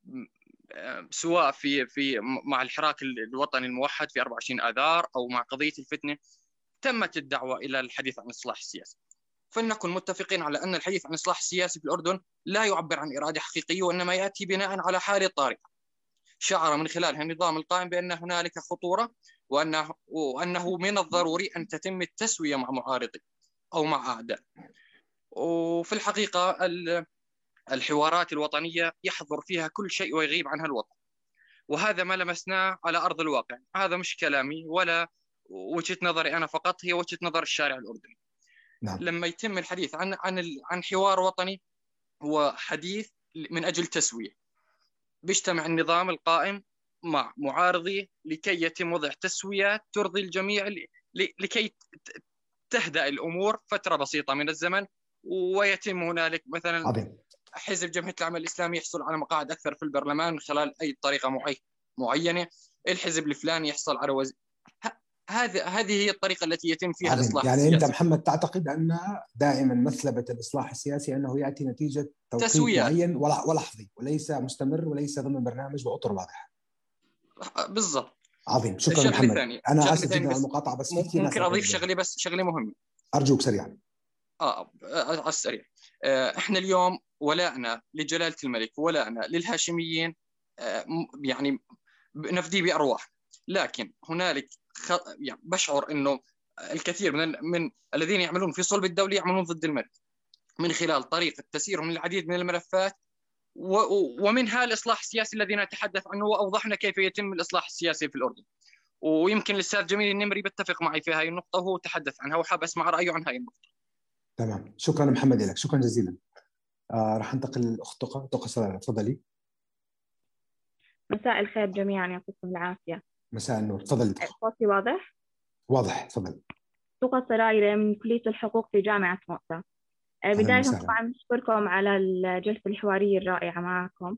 Speaker 4: سواء في مع الحراك الوطني الموحد في 24 آذار أو مع قضية الفتنة، تمت الدعوة إلى الحديث عن الإصلاح السياسي. فلنكن متفقين على أن الحديث عن الإصلاح السياسي في الأردن لا يعبر عن إرادة حقيقية، وإنما يأتي بناء على حالة طارئة شعر من خلالها النظام القائم بأن هنالك خطورة، وأنه من الضروري أن تتم التسوية مع معارضين أو مع أعداء. وفي الحقيقة الحوارات الوطنية يحضر فيها كل شيء ويغيب عنها الوطن، وهذا ما لمسناه على أرض الواقع. هذا مش كلامي ولا وجهة نظري أنا فقط، هي وجهة نظر الشارع الأردني. نعم. لما يتم الحديث عن حوار وطني، هو حديث من أجل تسوية، بيجتمع النظام القائم مع معارضي لكي يتم وضع تسويات ترضي الجميع، لكي تهدأ الأمور فترة بسيطة من الزمن، ويتم هنالك مثلا حزب جمهورية العمل الإسلامي يحصل على مقاعد أكثر في البرلمان من خلال أي طريقة معينة، الحزب الفلاني يحصل على وزير. هذه هي الطريقة التي يتم فيها الإصلاح
Speaker 3: يعني
Speaker 4: السياسي.
Speaker 3: أنت محمد تعتقد أن دائما مثلبة الإصلاح السياسي أنه يأتي نتيجة توقيت معين ولحظي، وليس مستمر، وليس ضمن برنامج وأطر واضحة.
Speaker 4: بالضبط.
Speaker 3: عظيم، شكرا محمد. أنا آسف جدا على المقاطعة، بس
Speaker 4: ممكن أضيف شغلة مهمة.
Speaker 3: أرجوك سريعا.
Speaker 4: على السريع. إحنا اليوم ولاءنا لجلالة الملك، ولاءنا للهاشميين يعني نفدي بأرواح، لكن هنالك يعني بشعر إنه الكثير من الذين يعملون في صلب الدولة يعملون ضد الملك من خلال طريقة تسييرهم للعديد من الملفات، ومنها الإصلاح السياسي الذي نتحدث عنه، وأوضحنا كيف يتم الإصلاح السياسي في الأردن. ويمكن الأستاذ جميل النمري بيتفق معي في هذه النقطة، وهو تحدث عنها، وحاب أسمع رأيه عن هذه النقطة.
Speaker 3: تمام، شكرا محمد لك، شكرا جزيلا. راح انتقل للأخت تقى صلاح، تفضلي.
Speaker 5: مساء الخير جميعا، يعطيكم العافية.
Speaker 3: مساء النور، تفضلي.
Speaker 5: صوتي واضح؟
Speaker 3: واضح، تفضل.
Speaker 5: تقى صلاح من كلية الحقوق في جامعة مؤتة. بداية طبعا نشكركم على الجلسة الحوارية الرائعة معكم.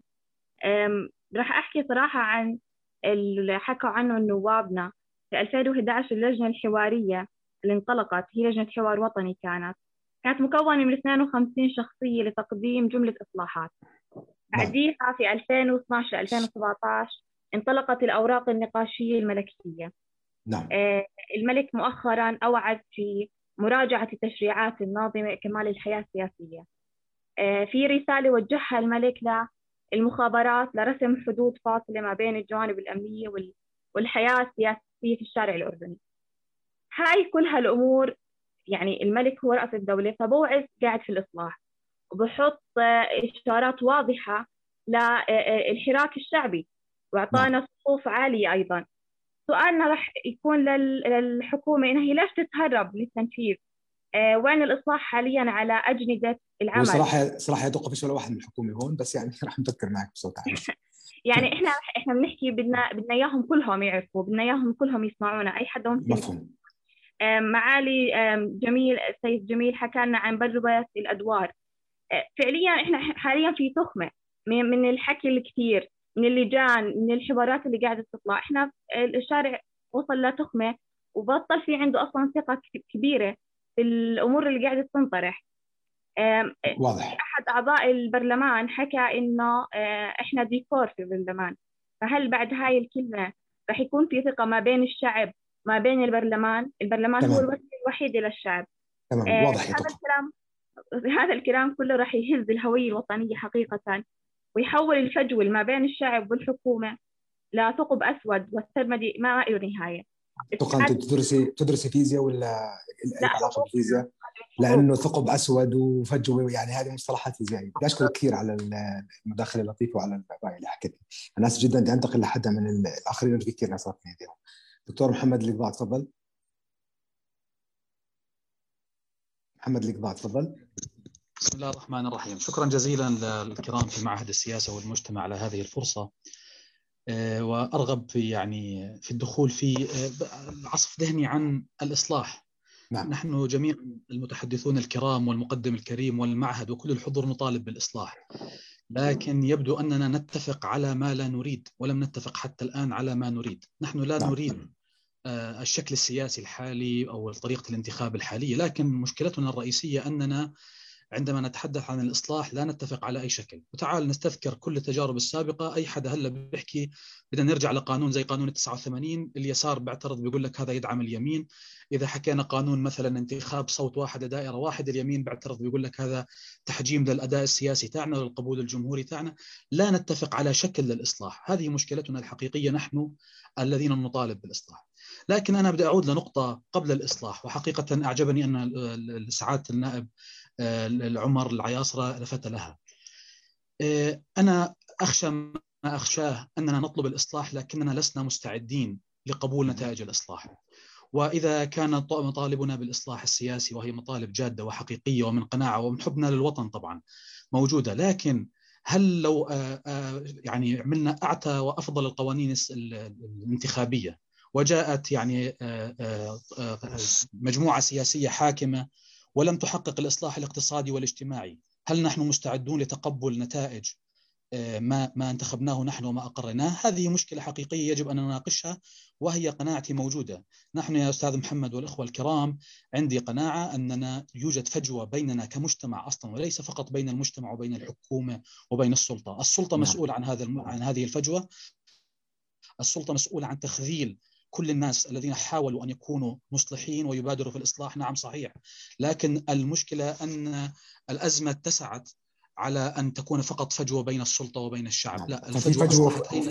Speaker 5: راح أحكي صراحة عن اللي حكوا عنه نوابنا في 2011. اللجنة الحوارية اللي انطلقت هي لجنة حوار وطني، كانت مكونة من 52 شخصية لتقديم جملة إصلاحات. بعديها في 2012-2017 انطلقت الأوراق النقاشية الملكية.
Speaker 3: نعم.
Speaker 5: الملك مؤخرا أوعد في مراجعة التشريعات الناظمة كمال الحياة السياسية. في رسالة وجهها الملك للمخابرات لرسم حدود فاصلة ما بين الجوانب الأمنية والحياة السياسية في الشارع الأردني. هاي كل هالأمور يعني الملك هو رأس الدولة، فبوعد قاعد في الإصلاح وبحط إشارات واضحة للحراك الشعبي، وأعطانا صفوف عالية. أيضا سؤالنا رح يكون للحكومة إنها هي ليش تتهرب للتنفيذ؟ وين الإصلاح حاليا على أجندة العمل؟
Speaker 3: صراحة يدق في ولا واحد من الحكومة هون، بس يعني رح نفكر معك بصوت عالي.
Speaker 5: يعني إحنا بنحكي بدنا إياهم كلهم يعرفوا، بدنا إياهم كلهم يسمعونا، أي حد
Speaker 3: مفهوم.
Speaker 5: معالي جميل السيد جميل حكى لنا عن بلورة الأدوار. فعليا إحنا حاليا في تخمة من الحكي الكثير، من اللجان، من الحوارات اللي قاعدة تطلع. إحنا الشارع وصل لتخمة وبطل في عنده أصلا ثقة كبيرة في الأمور اللي قاعدة تنطرح.
Speaker 3: واضح.
Speaker 5: أحد أعضاء البرلمان حكى إنه إحنا ديكور في البرلمان، فهل بعد هاي الكلمة رح يكون في ثقة ما بين الشعب ما بين البرلمان
Speaker 3: تمام.
Speaker 5: هو الوسيلة الوحيدة للشعب.
Speaker 3: تمام. واضح.
Speaker 5: هذا الكلام كله رح يهز الهوية الوطنية حقيقة، ويحول الفجوة ما بين الشعب والحكومة لثقب أسود والسرمدي ما له نهاية.
Speaker 3: أنت تدرسي فيزياء ولا علاقة بالفيزياء؟ لأنه ثقب أسود وفجوة، يعني هذه مصطلحات فيزيائية. بدي أشكرك كثير على المداخلة اللطيفة وعلى الرأي اللي حكيتي. أنا آسف جدا بدي أنتقل لحدا من الآخرين، في كثير ناس رافعين ايديهم. دكتور محمد القضاء، تفضل. محمد القضاء، تفضل.
Speaker 6: بسم الله الرحمن الرحيم. شكرا جزيلا للكرام في معهد السياسة والمجتمع على هذه الفرصة، وأرغب في الدخول في عصف ذهني عن الإصلاح.
Speaker 3: نعم.
Speaker 6: نحن جميع المتحدثون الكرام والمقدم الكريم والمعهد وكل الحضور نطالب بالإصلاح، لكن يبدو أننا نتفق على ما لا نريد، ولم نتفق حتى الآن على ما نريد. نحن لا نريد الشكل السياسي الحالي أو طريقة الانتخاب الحالية، لكن مشكلتنا الرئيسية أننا عندما نتحدث عن الإصلاح لا نتفق على أي شكل. وتعال نستذكر كل التجارب السابقة. أي حدا هلا بيحكي بدنا نرجع لقانون زي قانون 89، اليسار بيعترض بيقول لك هذا يدعم اليمين. إذا حكينا قانون مثلا انتخاب صوت واحد دائرة واحد، اليمين بيعترض بيقول لك هذا تحجيم للأداء السياسي تاعنا وللقبول الجمهوري تاعنا. لا نتفق على شكل للإصلاح، هذه مشكلتنا الحقيقية نحن الذين نطالب بالإصلاح. لكن أنا بدي أعود لنقطة قبل الإصلاح، وحقيقة أعجبني أن سعادة النائب العمر العياصرة لفت لها. أنا أخشى ما أخشاه أننا نطلب الإصلاح لكننا لسنا مستعدين لقبول نتائج الإصلاح. وإذا كان مطالبنا بالإصلاح السياسي وهي مطالب جادة وحقيقية ومن قناعة ومن حبنا للوطن طبعا موجودة، لكن هل لو يعني عملنا أعتى وأفضل القوانين الانتخابية وجاءت يعني مجموعة سياسية حاكمة ولم تحقق الإصلاح الاقتصادي والاجتماعي، هل نحن مستعدون لتقبل نتائج ما انتخبناه نحن وما أقرناه؟ هذه مشكلة حقيقية يجب أن نناقشها، وهي قناعتي موجودة. نحن يا أستاذ محمد والإخوة الكرام عندي قناعة أننا يوجد فجوة بيننا كمجتمع أصلا، وليس فقط بين المجتمع وبين الحكومة وبين السلطة. السلطة مسؤولة عن هذه الفجوة. السلطة مسؤولة عن تخذيل كل الناس الذين حاولوا أن يكونوا مصلحين ويبادروا في الإصلاح. نعم صحيح، لكن المشكلة أن الأزمة اتسعت على أن تكون فقط فجوة بين السلطة وبين الشعب. لا، الفجوة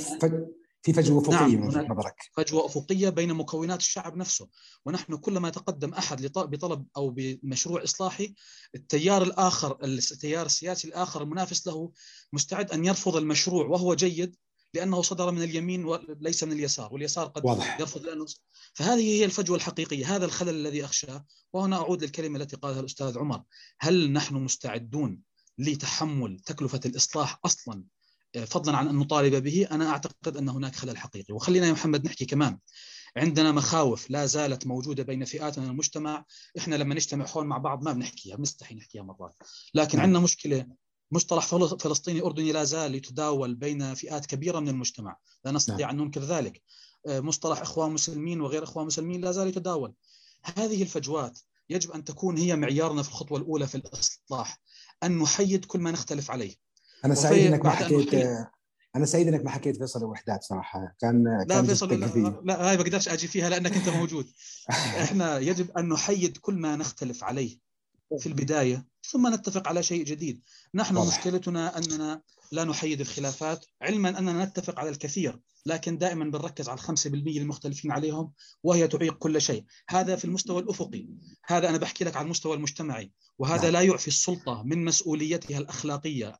Speaker 3: في فجوة أفقية من
Speaker 6: وجهة نظرك. فجوة أفقية بين مكونات الشعب نفسه. ونحن كلما تقدم أحد بطلب أو بمشروع إصلاحي، التيار الآخر، التيار السياسي الآخر المنافس له، مستعد أن يرفض المشروع وهو جيد لأنه صدر من اليمين وليس من اليسار، واليسار قد يرفض لأنه. فهذه هي الفجوة الحقيقية، هذا الخلل الذي أخشاه. وهنا أعود للكلمة التي قالها الأستاذ عمر: هل نحن مستعدون لتحمل تكلفة الإصلاح أصلا، فضلا عن أن نطالب به؟ أنا أعتقد أن هناك خلل حقيقي. وخلينا يا محمد نحكي كمان، عندنا مخاوف لا زالت موجودة بين فئات من المجتمع. إحنا لما نجتمع حول مع بعض ما بنحكيها، بنستحي نحكيها مرات، لكن عندنا مشكلة. مصطلح فلسطيني أردني لا زال يتداول بين فئات كبيرة من المجتمع، لا نستطيع أن ننكر ذلك. مصطلح إخوان مسلمين وغير إخوان مسلمين لا زال يتداول. هذه الفجوات يجب أن تكون هي معيارنا في الخطوة الأولى في الإصلاح، أن نحيد كل ما نختلف عليه.
Speaker 3: أنا سعيد إنك ما حكيت أنا سعيد إنك ما حكيت فيصل الوحدات صراحة.
Speaker 6: لا فيصل لا هاي بقدرش أجي فيها لأنك أنت موجود. إحنا يجب أن نحيد كل ما نختلف عليه في البداية ثم نتفق على شيء جديد. نحن مشكلتنا أننا لا نحيد الخلافات، علما أننا نتفق على الكثير لكن دائما بنركز على 5% المختلفين عليهم وهي تعيق كل شيء. هذا في المستوى الأفقي، هذا أنا بحكي لك على المستوى المجتمعي، وهذا لا يعفي السلطة من مسؤوليتها الأخلاقية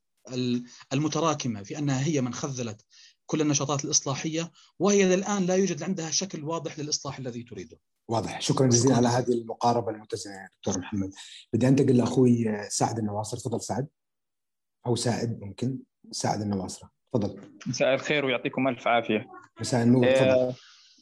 Speaker 6: المتراكمة في أنها هي من خذلت كل النشاطات الإصلاحية، وهي الآن لا يوجد عندها شكل واضح للإصلاح الذي تريده.
Speaker 3: واضح. شكرا جزيلا على هذه المقاربة المتزنة يا دكتور محمد. بدي أنتقل لأخوي سعد النواصر. تفضل سعد، أو سائد، ممكن سعد النواصر. تفضل.
Speaker 7: مساء الخير ويعطيكم ألف عافية.
Speaker 3: مساء النور. تفضل.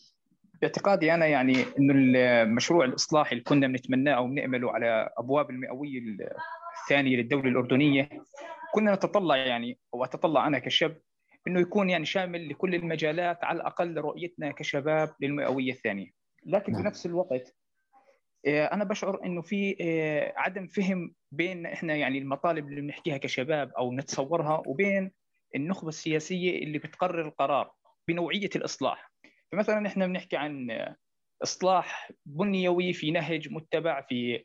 Speaker 7: باعتقادي أنا يعني إنه المشروع الإصلاحي اللي كنا بنتمناه أو بنأمله على أبواب المئوية الثانية للدولة الأردنية، كنا نتطلع يعني أو أتطلع أنا كشاب إنه يكون يعني شامل لكل المجالات، على الأقل رؤيتنا كشباب للمئوية الثانية. لكن بنفس الوقت أنا بشعر إنه في عدم فهم بين إحنا يعني المطالب اللي بنحكيها كشباب أو نتصورها وبين النخبة السياسية اللي بتقرر القرار بنوعية الإصلاح. فمثلا إحنا بنحكي عن إصلاح بنيوي في نهج متبع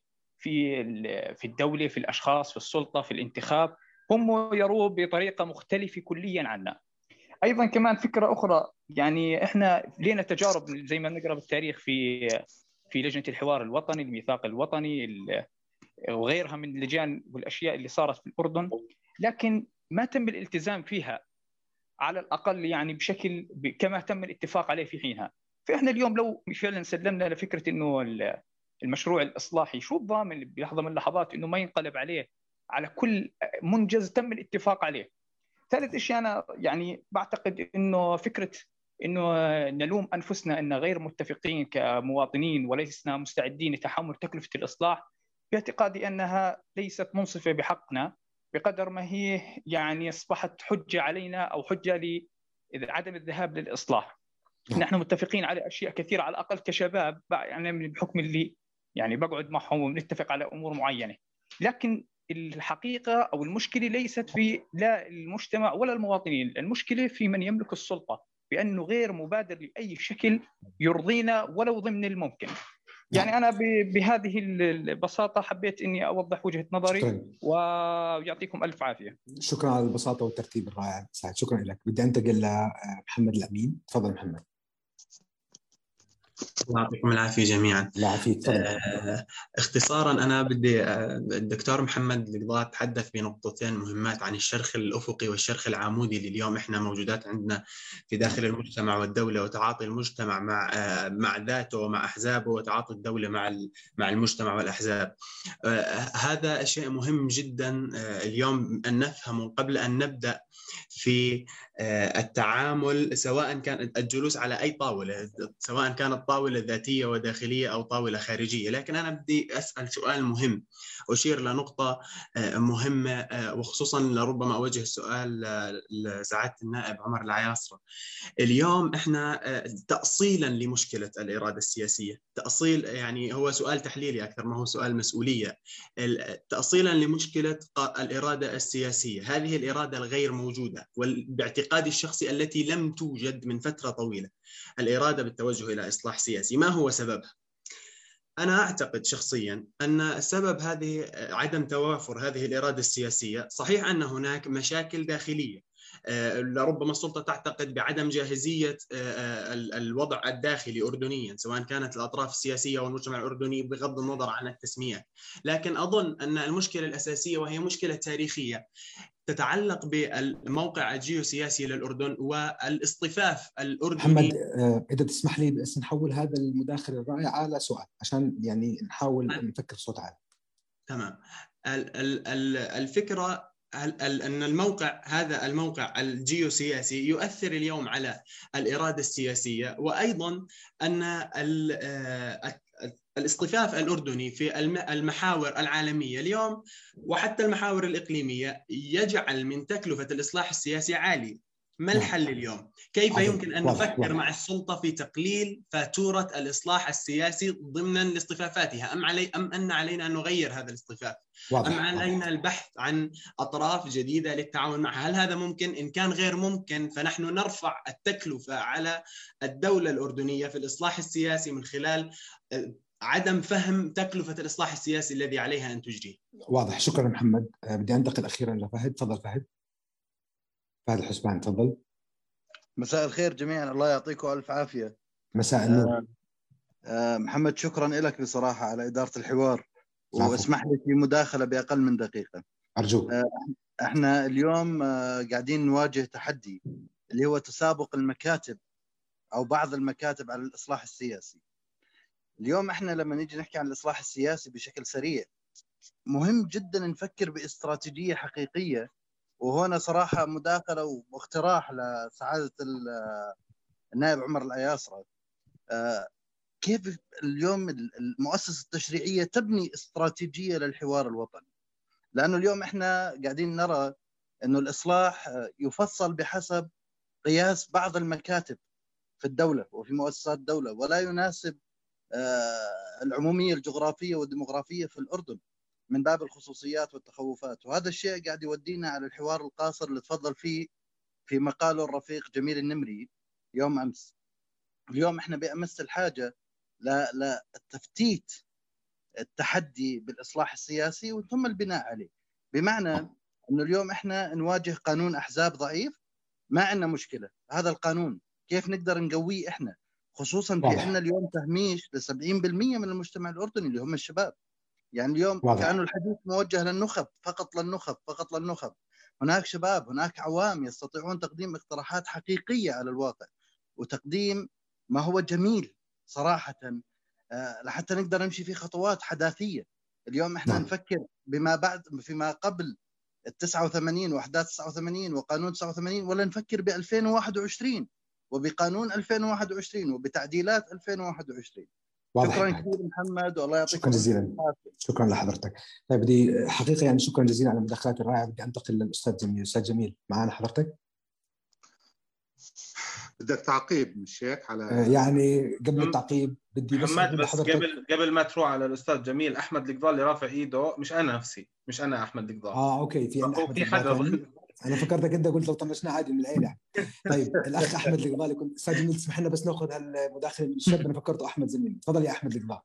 Speaker 7: في الدولة، في الأشخاص، في السلطة، في الانتخاب، هم يروا بطريقة مختلفة كليا عنا. أيضا كمان فكرة أخرى، يعني إحنا لينا تجارب زي ما نقرأ بالتاريخ في لجنة الحوار الوطني، الميثاق الوطني وغيرها من اللجان والأشياء اللي صارت في الأردن، لكن ما تم الالتزام فيها على الأقل يعني بشكل كما تم الاتفاق عليه في حينها. فإحنا اليوم لو فعلا سلمنا لفكرة إنه المشروع الإصلاحي، شو الضامن اللي بلحظة من اللحظات إنه ما ينقلب عليه على كل منجز تم الاتفاق عليه؟ ثالث شيء أنا يعني بعتقد إنه فكرة انه نلوم انفسنا ان غير متفقين كمواطنين ولسنا مستعدين لتحمل تكلفه الاصلاح، باعتقادي انها ليست منصفه بحقنا بقدر ما هي يعني اصبحت حجه علينا او حجه لعدم الذهاب للاصلاح. نحن متفقين على اشياء كثيره على الاقل كشباب، يعني بحكم اللي يعني بقعد معهم ونتفق على امور معينه، لكن الحقيقه او المشكله ليست في لا المجتمع ولا المواطنين، المشكله في من يملك السلطه، بانه غير مبادر لاي شكل يرضينا ولو ضمن الممكن. يعني انا بهذه البساطه حبيت اني اوضح وجهه نظري. شكرا. ويعطيكم الف عافيه.
Speaker 3: شكرا على البساطه والترتيب الرائع سعد، شكرا لك. بدي انتقل لمحمد الامين، تفضل محمد.
Speaker 8: الله يعطيكم العافية جميعا.
Speaker 3: العافية.
Speaker 8: اختصارا أنا بدي الدكتور محمد القضاة تحدث بنقطتين مهمات عن الشرخ الأفقي والشرخ العمودي اللي اليوم إحنا موجودات عندنا في داخل المجتمع والدولة، وتعاطي المجتمع مع ذاته ومع أحزابه، وتعاطي الدولة مع المجتمع والأحزاب. هذا شيء مهم جدا اليوم أن نفهمه قبل أن نبدأ في التعامل، سواء كان الجلوس على أي طاولة، سواء كانت طاولة ذاتية وداخلية أو طاولة خارجية. لكن أنا بدي أسأل سؤال مهم، أشير لنقطة مهمة، وخصوصا لربما أوجه السؤال لسعادة النائب عمر العياصرة. اليوم إحنا تأصيلا لمشكلة الإرادة السياسية، تأصيل يعني هو سؤال تحليلي أكثر ما هو سؤال مسؤولية، تأصيلا لمشكلة الإرادة السياسية، هذه الإرادة الغير موجودة باعتقادي الشخصي التي لم توجد من فترة طويلة، الإرادة بالتوجه إلى إصلاح سياسي. ما هو سببها؟ أنا أعتقد شخصياً أن سبب هذه عدم توافر هذه الإرادة السياسية. صحيح أن هناك مشاكل داخلية، لربما السلطة تعتقد بعدم جاهزية الوضع الداخلي أردنياً، سواء كانت الأطراف السياسية والمجتمع الأردني بغض النظر عن التسميات. لكن أظن أن المشكلة الأساسية وهي مشكلة تاريخية تتعلق بالموقع الجيوسياسي للأردن والاصطفاف الأردني.
Speaker 3: محمد إذا تسمح لي بس نحول هذا المداخلة الرائعة على سؤال عشان يعني نحاول نفكر بصوت عالي.
Speaker 8: تمام. الفكرة أن الموقع الجيوسياسي يؤثر اليوم على الإرادة السياسية، وأيضا أن الاصطفاف الأردني في المحاور العالمية اليوم وحتى المحاور الإقليمية يجعل من تكلفة الإصلاح السياسي عالي. ما الحل اليوم؟ كيف يمكن أن نفكر مع السلطة في تقليل فاتورة الإصلاح السياسي ضمن لاصطفافاتها؟ أم أن علينا أن نغير هذا الاصطفاف؟ أم علينا البحث عن أطراف جديدة للتعاون معها؟ هل هذا ممكن؟ إن كان غير ممكن فنحن نرفع التكلفة على الدولة الأردنية في الإصلاح السياسي من خلال عدم فهم تكلفة الإصلاح السياسي الذي عليها أن تجريه.
Speaker 3: واضح. شكرا محمد. بدي أنتقل أخيرا لفهد. تفضل فهد الحسبان، تفضل.
Speaker 9: مساء الخير جميعا، الله يعطيكم ألف عافية.
Speaker 3: مساء النور.
Speaker 9: محمد شكرا لك بصراحة على إدارة الحوار، واسمح لي في مداخلة بأقل من دقيقة
Speaker 3: أرجوك.
Speaker 9: احنا اليوم قاعدين نواجه تحدي اللي هو تسابق المكاتب أو بعض المكاتب على الإصلاح السياسي. اليوم احنا لما نيجي نحكي عن الإصلاح السياسي بشكل سريع، مهم جدا نفكر باستراتيجية حقيقية. وهنا صراحة مداخلة واقتراح لسعادة النائب عمر العياصرة، كيف اليوم المؤسسة التشريعية تبني استراتيجية للحوار الوطني؟ لأنه اليوم احنا قاعدين نرى أنه الإصلاح يفصل بحسب قياس بعض المكاتب في الدولة وفي مؤسسات الدولة، ولا يناسب العمومية الجغرافية والديمغرافية في الأردن من باب الخصوصيات والتخوفات. وهذا الشيء قاعد يودينا على الحوار القاصر اللي تفضل فيه في مقاله الرفيق جميل النمري يوم أمس. اليوم احنا بأمس الحاجة للتفتيت التحدي بالإصلاح السياسي وثم البناء عليه، بمعنى أنه اليوم احنا نواجه قانون أحزاب ضعيف، ما عندنا مشكلة. هذا القانون كيف نقدر نقويه احنا، خصوصا في عندنا اليوم تهميش ل70% من المجتمع الأردني اللي هم الشباب. يعني اليوم كأنه الحديث موجه للنخب، فقط للنخب. هناك شباب، هناك عوام يستطيعون تقديم اقتراحات حقيقية على الواقع وتقديم ما هو جميل صراحة، لحتى نقدر نمشي في خطوات حداثية. اليوم احنا نفكر بما بعد فيما قبل 89 وأحداث 89 وقانون 89، ولا نفكر ب2021 وبقانون 2021 وبتعديلات 2021. شكرا كثير محمد، والله يعطيك
Speaker 3: شكرا جزيلا. شكرا لحضرتك. طيب بدي حقيقه يعني شكرا جزيلا على المداخلات الرائعه. بدي انتقل للاستاذ جميل. استاذ جميل معنا حضرتك؟
Speaker 2: بدك تعقيب مش هيك على
Speaker 3: يعني قبل التعقيب بدي بس
Speaker 1: محمد بس قبل ما تروح على الاستاذ جميل، احمد القضالي رافع ايده، مش انا نفسي، مش انا احمد القضالي.
Speaker 3: اوكي، في عندنا احمد القضالي. انا فكرتك انت قلت لو طنشنا عادي من العيله. طيب الاخ احمد القضالي، كنت استاذ جميل تسمح لنا بس ناخذ هالمداخله من الشاب. انا فكرته احمد زميل. تفضل يا احمد القضالي.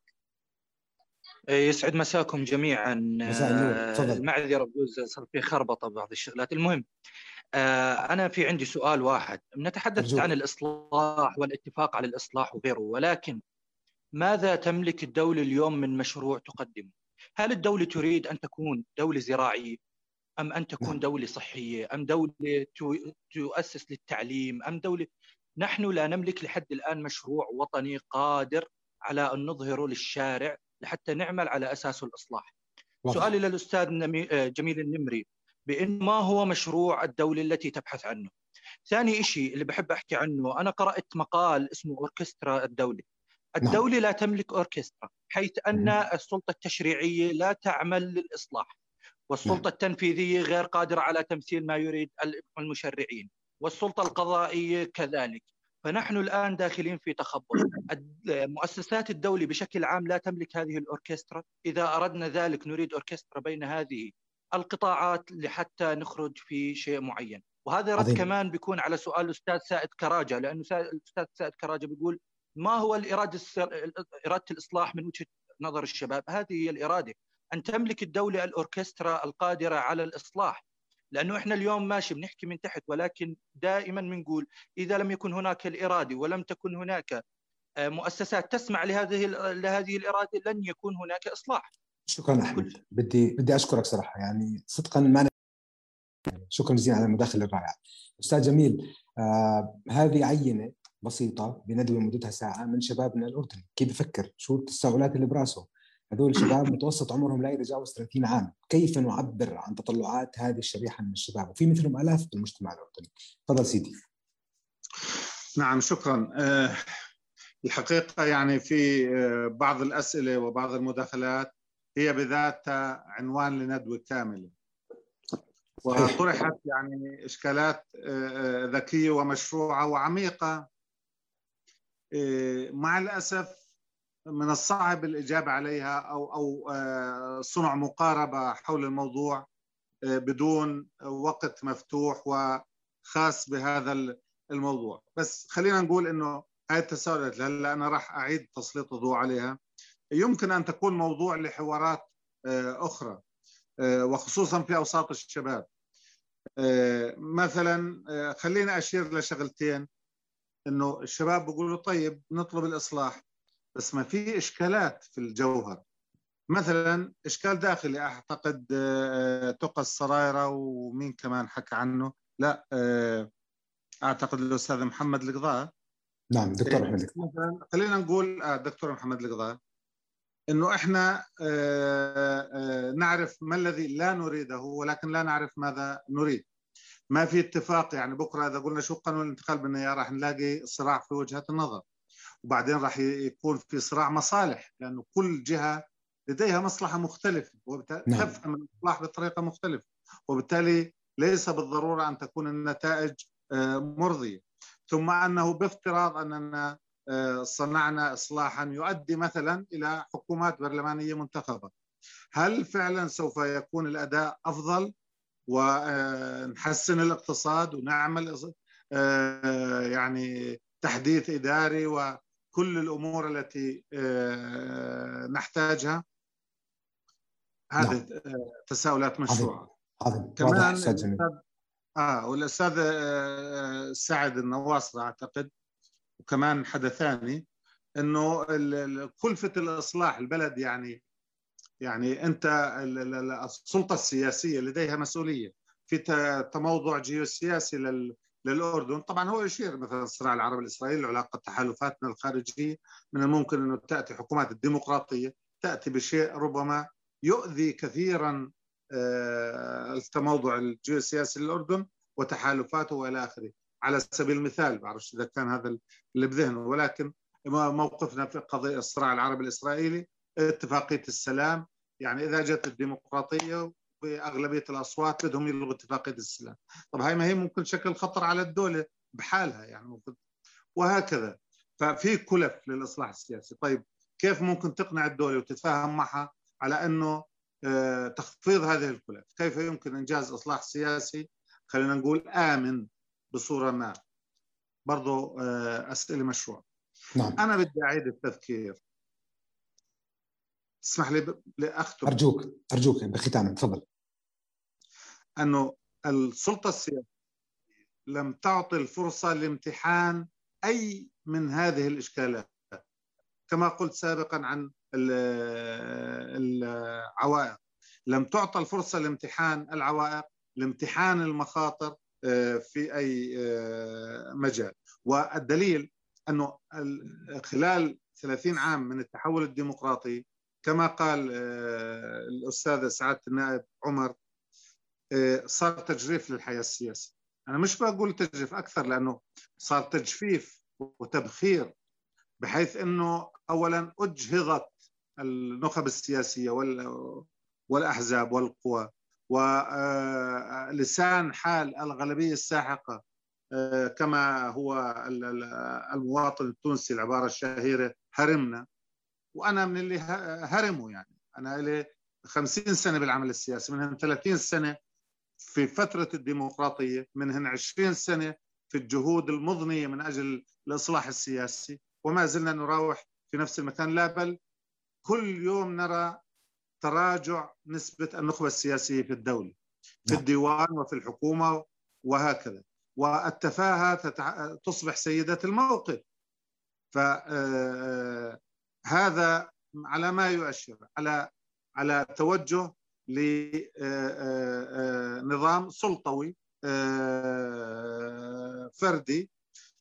Speaker 10: يسعد مساكم جميعا.
Speaker 3: مساء النور. تفضل.
Speaker 10: المعذره بجوز صار في خربطه بعض الشغلات. المهم أنا في عندي سؤال واحد. نتحدث عن الإصلاح والاتفاق على الإصلاح وغيره، ولكن ماذا تملك الدولة اليوم من مشروع تقدمه؟ هل الدولة تريد أن تكون دولة زراعية، أم أن تكون دولة صحية، أم دولة تؤسس للتعليم، أم دولة؟ نحن لا نملك لحد الآن مشروع وطني قادر على أن نظهره للشارع لحتى نعمل على أساسه الإصلاح. سؤالي للأستاذ جميل النمري، بأن ما هو مشروع الدولة التي تبحث عنه؟ ثاني شيء اللي بحب أحكي عنه، أنا قرأت مقال اسمه أوركسترا الدولة. الدولة لا تملك أوركسترا، حيث أن السلطة التشريعية لا تعمل للإصلاح، والسلطة التنفيذية غير قادرة على تمثيل ما يريد المشرعين، والسلطة القضائية كذلك. فنحن الآن داخلين في تخبط. مؤسسات الدولة بشكل عام لا تملك هذه الأوركسترا. إذا أردنا ذلك نريد أوركسترا بين هذه القطاعات لحتى نخرج في شيء معين. وهذا رد كمان بيكون على سؤال الأستاذ سائد كراجة، لأنه الأستاذ سائد كراجة بيقول ما هو إرادة الإصلاح من وجهة نظر الشباب؟ هذه هي الإرادة، أن تملك الدولة الأوركسترا القادرة على الإصلاح. لأنه إحنا اليوم ماشي بنحكي من تحت، ولكن دائما بنقول إذا لم يكن هناك الإرادة ولم تكن هناك مؤسسات تسمع لهذه الإرادة لن يكون هناك إصلاح.
Speaker 3: شكرا أحمد. بدي أشكرك صراحة، يعني صدقا ما شكرا جزيلا على المداخلة الرائعة. أستاذ جميل، هذه عينة بسيطة بندوة مدتها ساعة من شبابنا الأردني، كيف بفكر، شو التساؤلات اللي براسه. هذول الشباب متوسط عمرهم لا يتجاوز 30 عام. كيف نعبر عن تطلعات هذه الشريحة من الشباب؟ وفي مثلهم آلاف في المجتمع الأردني. تفضل سيدي.
Speaker 2: نعم شكرا. الحقيقة يعني في بعض الأسئلة وبعض المداخلات هي بذاتها عنوان لندوة كاملة، وطرحت يعني إشكالات ذكية ومشروعة وعميقة. مع الأسف من الصعب الإجابة عليها أو صنع مقاربة حول الموضوع بدون وقت مفتوح وخاص بهذا الموضوع. بس خلينا نقول إنه هاي التساؤلات هلا أنا راح أعيد تسليط الضوء عليها، يمكن أن تكون موضوع لحوارات أخرى وخصوصا في أوساط الشباب. مثلا خلينا أشير لشغلتين، إنه الشباب بيقولوا طيب نطلب الإصلاح بس ما في إشكالات في الجوهر. مثلا إشكال داخلي أعتقد تقى السرايرة، ومين كمان حكى عنه، لا أعتقد الأستاذ محمد القضاء.
Speaker 3: نعم دكتور محمد القضاء.
Speaker 2: مثلا خلينا نقول دكتور محمد القضاء إنه إحنا نعرف ما الذي لا نريده ولكن لا نعرف ماذا نريد. ما في اتفاق، يعني بكرة إذا قلنا شو قانون الانتقال بالنيابة راح نلاقي صراع في وجهات النظر، وبعدين راح يكون في صراع مصالح، لأنه كل جهة لديها مصلحة مختلفة وتفهم الإصلاح بطريقة مختلفة، وبالتالي ليس بالضرورة أن تكون النتائج مرضية. ثم أنه بافتراض أننا صنعنا إصلاحا يؤدي مثلا إلى حكومات برلمانية منتخبة، هل فعلا سوف يكون الأداء أفضل ونحسن الاقتصاد ونعمل يعني تحديث إداري وكل الأمور التي نحتاجها؟ هذه تساؤلات مشروعة. كمان والأستاذ سعد النواصر أعتقد وكمان حدا ثاني إنه كلفة الإصلاح البلد، يعني أنت السلطة السياسية لديها مسؤولية في تموضع جيوسياسي للأردن. طبعا هو يشير مثلا الصراع العربي الإسرائيلي، علاقة تحالفاتنا الخارجية، من الممكن أنه تأتي حكومات الديمقراطية تأتي بشيء ربما يؤذي كثيرا التموضع الجيوسياسي للأردن وتحالفاته وإلى آخره. على سبيل المثال، بعرفش إذا كان هذا اللي بذهنه، ولكن موقفنا في قضية الصراع العربي الإسرائيلي، اتفاقية السلام. يعني إذا جت الديمقراطية بأغلبية الأصوات بدهم يلغوا اتفاقية السلام، طب هاي ما هي ممكن شكل خطر على الدولة بحالها يعني ممكن، وهكذا. ففي كلف للإصلاح السياسي. طيب كيف ممكن تقنع الدولة وتتفاهم معها على أنه تخفيض هذه الكلف؟ كيف يمكن إنجاز إصلاح سياسي خلينا نقول آمن بصورة ما؟ برضو أسئلة مشروع.
Speaker 3: نعم.
Speaker 2: أنا بدي أعيد التذكير، اسمح لي لأختم.
Speaker 3: أرجوك بختام، تفضل.
Speaker 2: أنه السلطة السياسية لم تعطي الفرصة لامتحان أي من هذه الإشكالات، كما قلت سابقا عن العوائق، لم تعطى الفرصة لامتحان العوائق، لامتحان المخاطر في أي مجال. والدليل أنه خلال 30 عام من التحول الديمقراطي كما قال الأستاذ سعادة النائب عمر، صار تجريف للحياة السياسية. أنا مش بقول تجريف أكثر، لأنه صار تجفيف وتبخير، بحيث أنه أولا أجهضت النخب السياسية والأحزاب والقوى، ولسان حال الغالبية الساحقة كما هو المواطن التونسي العبارة الشهيرة هرمنا. وأنا من اللي هرموا، يعني أنا لي 50 سنة بالعمل السياسي، منهم 30 سنة في فترة الديمقراطية، منهم 20 سنة في الجهود المضنية من أجل الإصلاح السياسي، وما زلنا نراوح في نفس المكان، لا بل كل يوم نرى تراجع نسبة النخبة السياسية في الدولة، في الديوان وفي الحكومة وهكذا، والتفاهة تصبح سيدة الموقف. فهذا على ما يؤشر على توجه لنظام سلطوي فردي.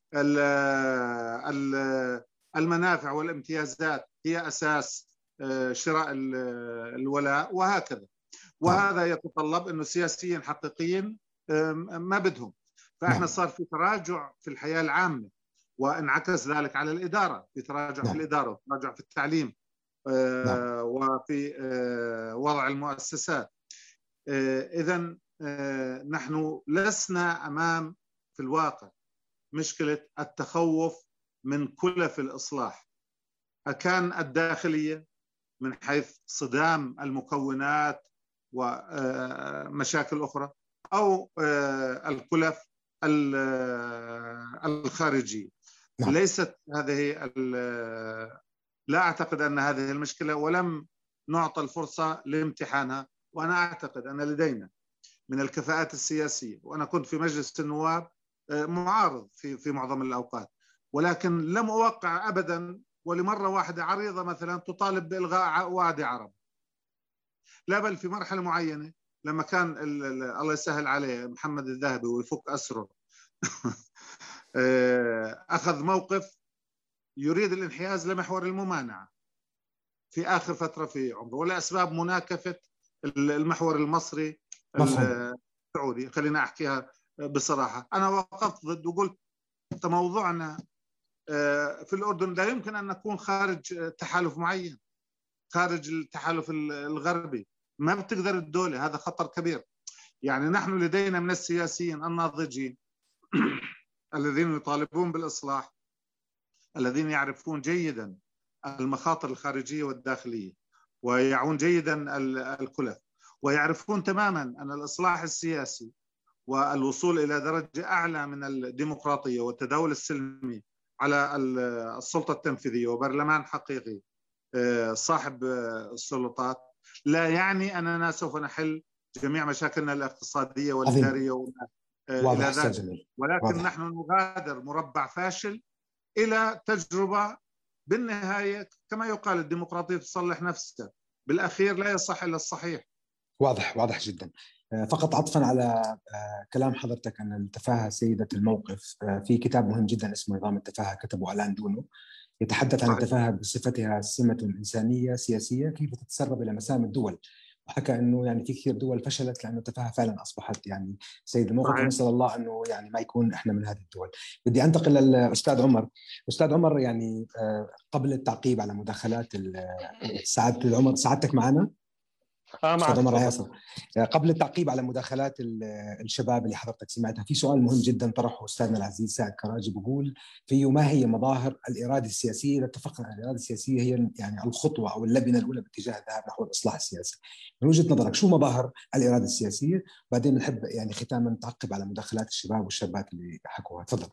Speaker 2: المنافع والامتيازات هي أساس شراء الولاء وهكذا، وهذا يتطلب أنه سياسيين حقيقيين ما بدهم. فإحنا صار في تراجع في الحياة العامة، وانعكس ذلك على الإدارة، في تراجع في الإدارة وتراجع في التعليم وفي وضع المؤسسات. إذن نحن لسنا أمام في الواقع مشكلة التخوف من كلف الإصلاح، أكان الداخلية من حيث صدام المكونات ومشاكل أخرى، أو الكلف الخارجية. ليست هذه، لا أعتقد أن هذه المشكلة، ولم نعطى الفرصة لامتحانها. وأنا أعتقد أن لدينا من الكفاءات السياسية، وأنا كنت في مجلس النواب معارض في معظم الأوقات، ولكن لم أوقع أبدا ولمرة واحدة عريضة مثلا تطالب بإلغاء وادي عرب، لا بل في مرحلة معينة لما كان الله يسهل عليه محمد الذهبي ويفك أسره أخذ موقف يريد الانحياز لمحور الممانعة في آخر فترة في عمره، ولأسباب مناكفة المحور المصري السعودي. خلينا أحكيها بصراحة، أنا وقفت ضد وقلت موضوعنا في الأردن لا يمكن أن نكون خارج تحالف معين، خارج التحالف الغربي، ما بتقدر الدولة، هذا خطر كبير. يعني نحن لدينا من السياسيين الناضجين الذين يطالبون بالإصلاح، الذين يعرفون جيدا المخاطر الخارجية والداخلية، ويعون جيدا الكلف، ويعرفون تماما أن الإصلاح السياسي والوصول إلى درجة أعلى من الديمقراطية والتداول السلمي على السلطة التنفيذية وبرلمان حقيقي صاحب السلطات لا يعني أننا سوف نحل جميع مشاكلنا الاقتصادية والإدارية إلى ذلك، ولكن نحن نغادر مربع فاشل إلى تجربة بالنهاية كما يقال الديمقراطية تصلح نفسها، بالأخير لا يصح إلا الصحيح.
Speaker 3: واضح جدا. فقط عطفا على كلام حضرتك أن التفاهة سيدة الموقف، في كتاب مهم جدا اسمه نظام التفاهة كتبه ألان دونو، يتحدث عن التفاهة بصفتها سمة إنسانية سياسية كيف تتسرب إلى مسام الدول، وحكى انه يعني في كثير دول فشلت لانه تفاهه فعلا اصبحت يعني سيد الموقف، ونسال الله انه يعني ما يكون احنا من هذه الدول. بدي انتقل للاستاذ عمر. استاذ عمر، يعني قبل التعقيب على مداخلات سعاده العمر، سعادتك معنا؟ استاذ عمر ياسر، قبل التعقيب على مداخلات الشباب اللي حضرتك سمعتها، في سؤال مهم جدا طرحه استاذنا العزيز سعد كراجي، بيقول فيه: ما هي مظاهر الاراده السياسيه؟ اذا اتفقنا على الاراده السياسيه هي يعني الخطوه او اللبنه الاولى باتجاه الذهاب نحو الاصلاح السياسي، من وجهه نظرك شو مظاهر الاراده السياسيه؟ بعدين بنحب يعني ختاما نتعقب على مداخلات الشباب والشابات اللي حكوها. تفضل.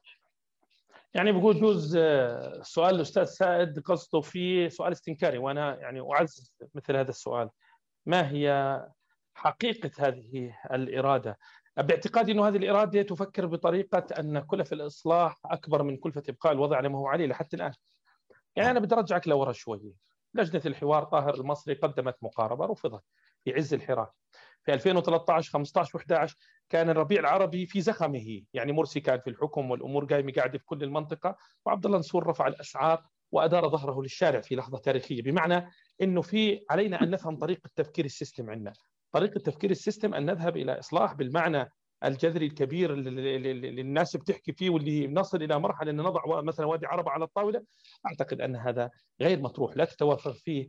Speaker 1: يعني بقول جوز سؤال الاستاذ سائد قصده فيه سؤال استنكاري، وانا يعني اعزز مثل هذا السؤال: ما هي حقيقة هذه الإرادة؟ باعتقادي أن هذه الإرادة تفكر بطريقة أن كلفة الإصلاح أكبر من كلفة إبقاء الوضع على ما هو عليه لحتى الآن. يعني أنا بدي أرجعك لورا شوية. لجنة الحوار طاهر المصري قدمت مقاربة رفضت في عز الحراك في 2013 15 و11. كان الربيع العربي في زخمه، يعني مرسي كان في الحكم والأمور قاعدة في كل المنطقة، وعبد الله نصور رفع الأسعار وأدار ظهره للشارع في لحظة تاريخية. بمعنى أنه علينا أن نفهم طريقة تفكير السيستم عندنا. طريقة تفكير السيستم أن نذهب إلى إصلاح بالمعنى الجذري الكبير اللي الناس بتحكي فيه، واللي نصل إلى مرحلة أن نضع مثلا وادي عربة على الطاولة. أعتقد أن هذا غير مطروح، لا تتوافر فيه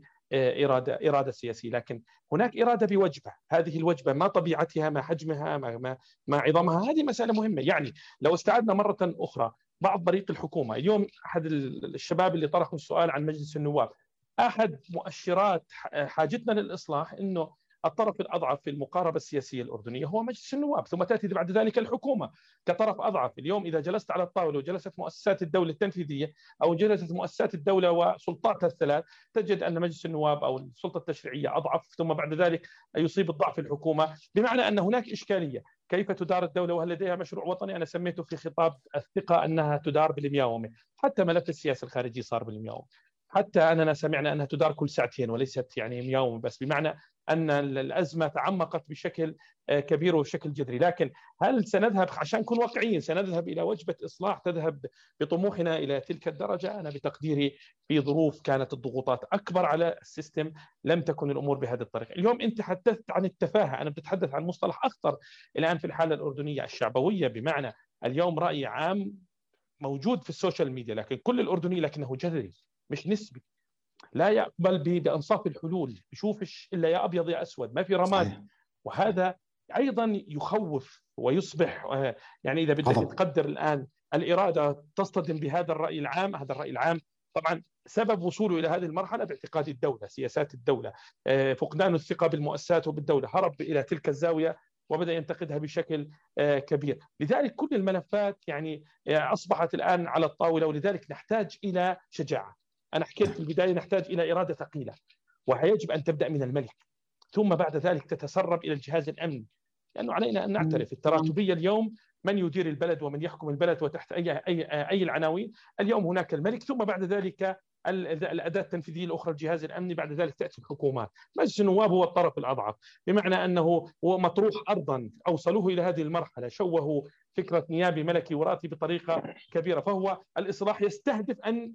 Speaker 1: إرادة سياسية. لكن هناك إرادة بوجبة. هذه الوجبة ما طبيعتها، ما حجمها، ما عظمها، هذه مسألة مهمة. يعني لو استعدنا مرة أخرى بعض بريق الحكومة، اليوم أحد الشباب اللي طرحوا السؤال عن مجلس النواب، أحد مؤشرات حاجتنا للإصلاح أنه الطرف الأضعف في المقاربة السياسية الأردنية هو مجلس النواب، ثم تأتي بعد ذلك الحكومة كطرف أضعف. اليوم إذا جلست على الطاولة وجلست مؤسسات الدولة التنفيذية أو جلست مؤسسات الدولة وسلطاتها الثلاث، تجد أن مجلس النواب أو السلطة التشريعية أضعف، ثم بعد ذلك يصيب الضعف الحكومة. بمعنى أن هناك إشكالية كيف تدار الدولة، وهل لديها مشروع وطني؟ أنا سميته في خطاب الثقة أنها تدار بالمياومة. حتى ملف السياسة الخارجية صار بالمياومة، حتى أننا سمعنا أنها تدار كل ساعتين وليست يعني يوم بس، بمعنى أن الأزمة تعمقت بشكل كبير وبشكل جذري. لكن هل سنذهب، عشان نكون واقعيين، سنذهب إلى وجبة إصلاح تذهب بطموحنا إلى تلك الدرجة؟ أنا بتقديري في ظروف كانت الضغوطات أكبر على السيستم لم تكن الأمور بهذه الطريقة. اليوم أنت حدثت عن التفاهة، أنا بتحدث عن مصطلح أخطر الآن في الحالة الأردنية: الشعبوية. بمعنى اليوم رأي عام موجود في السوشيال ميديا، لكن كل الأردني لكنه جذري مش نسبي، لا يقبل بأنصاف الحلول، بشوفش إلا يا أبيض يا أسود، ما في رماد. وهذا أيضا يخوف ويصبح يعني إذا بدك تقدر الآن الإرادة تصطدم بهذا الرأي العام. هذا الرأي العام طبعا سبب وصوله إلى هذه المرحلة باعتقاد الدولة، سياسات الدولة، فقدان الثقة بالمؤسسات وبالدولة، هرب إلى تلك الزاوية وبدأ ينتقدها بشكل كبير. لذلك كل الملفات يعني أصبحت الآن على الطاولة، ولذلك نحتاج إلى شجاعة. أنا حكيت في البداية نحتاج إلى إرادة ثقيلة، ويجب أن تبدأ من الملك، ثم بعد ذلك تتسرب إلى الجهاز الأمني، لأنه علينا أن نعترف التراتبية اليوم من يدير البلد ومن يحكم البلد وتحت أي العناوين. اليوم هناك الملك، ثم بعد ذلك الأداة التنفيذية الأخرى الجهاز الأمني، بعد ذلك تأتي الحكومات. مجلس النواب هو الطرف الأضعف، بمعنى أنه هو مطروح أرضا، أوصلوه إلى هذه المرحلة، شوهوا فكرة نيابي ملكي وراثي بطريقة كبيرة. فهو الإصلاح يستهدف أن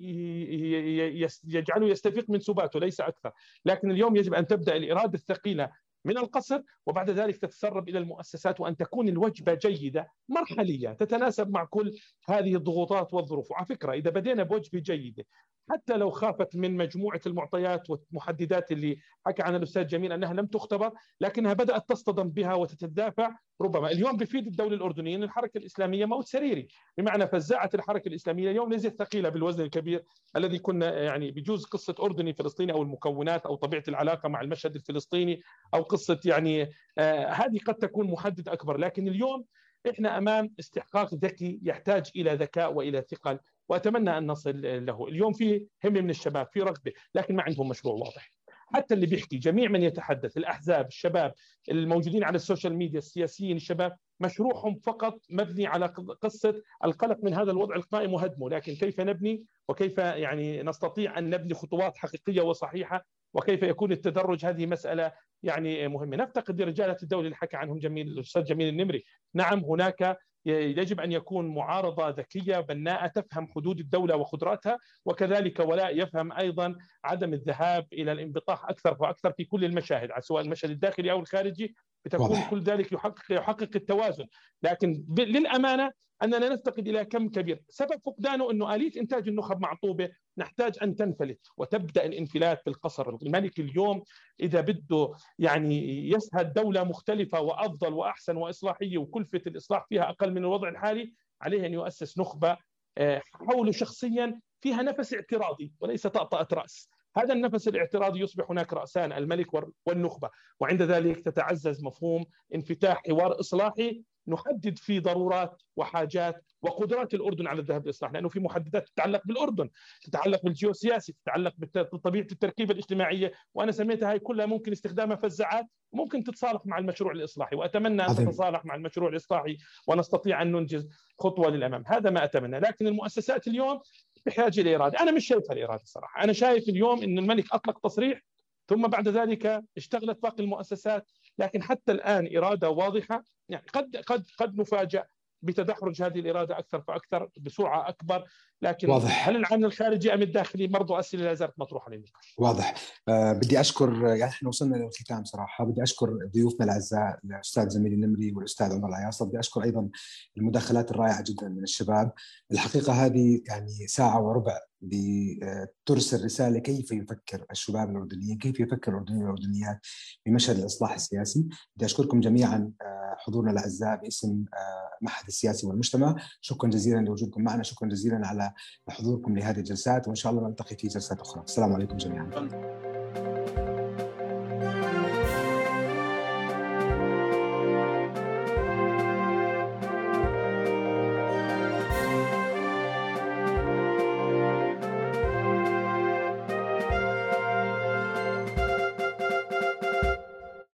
Speaker 1: يجعله يستفيق من سباته ليس أكثر. لكن اليوم يجب أن تبدأ الإرادة الثقيلة من القصر، وبعد ذلك تتسرب إلى المؤسسات، وأن تكون الوجبة جيدة مرحلية تتناسب مع كل هذه الضغوطات والظروف. وعلى فكرة إذا بدينا بوجبة جيدة، حتى لو خافت من مجموعة المعطيات والمحددات اللي حكى عنها الأستاذ جميل أنها لم تختبر، لكنها بدأت تصطدم بها وتتدافع، ربما اليوم بفيد الدولة الأردنية أن الحركة الإسلامية موت سريري، بمعنى فزاعة الحركة الإسلامية اليوم ليست ثقيلة بالوزن الكبير الذي كنا يعني بجوز قصة أردني فلسطيني أو المكونات أو طبيعة العلاقة مع المشهد الفلسطيني أو قصة يعني هذه قد تكون محدد أكبر. لكن اليوم إحنا أمام استحقاق ذكي يحتاج إلى ذكاء وإلى ثقل، وأتمنى أن نصل له. اليوم في همة من الشباب، في رغبة، لكن ما عندهم مشروع واضح. حتى اللي بيحكي، جميع من يتحدث، الأحزاب، الشباب الموجودين على السوشيال ميديا، السياسيين، الشباب، مشروعهم فقط مبني على قصة القلق من هذا الوضع القائم وهدمه، لكن كيف نبني وكيف يعني نستطيع أن نبني خطوات حقيقية وصحيحة، وكيف يكون التدرج. هذه مسألة يعني مهمة. نفتقد لرجالة الدولة اللي حكى عنهم الأستاذ جميل النمري. نعم هناك يجب أن يكون معارضة ذكية بناءة تفهم حدود الدولة وقدراتها، وكذلك ولاء يفهم أيضا عدم الذهاب إلى الانبطاح أكثر فأكثر في كل المشاهد، سواء المشهد الداخلي أو الخارجي، بتكون كل ذلك يحقق التوازن. لكن للأمانة أننا نفتقد إلى كم كبير، سبب فقدانه أنه آلية إنتاج النخب معطوبة، نحتاج أن تنفلت وتبدأ الانفلات بالقصر. الملك اليوم إذا بده يعني يشهد دولة مختلفة وأفضل وأحسن وإصلاحية وكلفة الإصلاح فيها أقل من الوضع الحالي، عليه أن يؤسس نخبة حوله شخصيا فيها نفس اعتراضي وليس طأطأة رأس. هذا النفس الاعتراضي يصبح هناك رأسان، الملك والنخبة، وعند ذلك تتعزز مفهوم انفتاح حوار إصلاحي نحدد فيه ضرورات وحاجات وقدرات الأردن على الذهاب للإصلاح، لأنه في محددات تتعلق بالأردن، تتعلق بالجيوسياسي، تتعلق بطبيعة التركيبة الاجتماعية، وأنا سميتها هاي كلها ممكن استخدامها فزاعات، ممكن تتصالح مع المشروع الإصلاحي، وأتمنى أن تتصالح مع المشروع الإصلاحي ونستطيع أن ننجز خطوة للأمام. هذا ما أتمنى. لكن المؤسسات اليوم بحاجة لإرادة. أنا مش شايفها الإرادة صراحة. أنا شايف اليوم أن الملك أطلق تصريح ثم بعد ذلك اشتغلت باقي المؤسسات، لكن حتى الآن إرادة واضحة. يعني قد نفاجأ بتدحرج هذه الإرادة أكثر فأكثر بسرعة أكبر، لكن واضح. هل العامل الخارجي أم الداخلي؟ برضو أسئلة لا زالت مطروحة للنقاش.
Speaker 3: واضح. بدي أشكر، يعني إحنا وصلنا للختام صراحة. بدي أشكر ضيوفنا الأعزاء الأستاذ جميل النمري والأستاذ عمر العياصة. بدي أشكر أيضا المداخلات الرائعة جدا من الشباب. الحقيقة هذه يعني ساعة وربع بترسل رسالة كيف يفكر الشباب الأردنيين، كيف يفكر الأردنيين والأردنيات بمشهد الإصلاح السياسي. بدي أشكركم جميعا حضورنا الأعزاء باسم معهد السياسي والمجتمع. شكرا جزيلا لوجودكم معنا، شكرا جزيلا على حضوركم لهذه الجلسات، وإن شاء الله نلتقي في جلسات أخرى. السلام عليكم جميعا.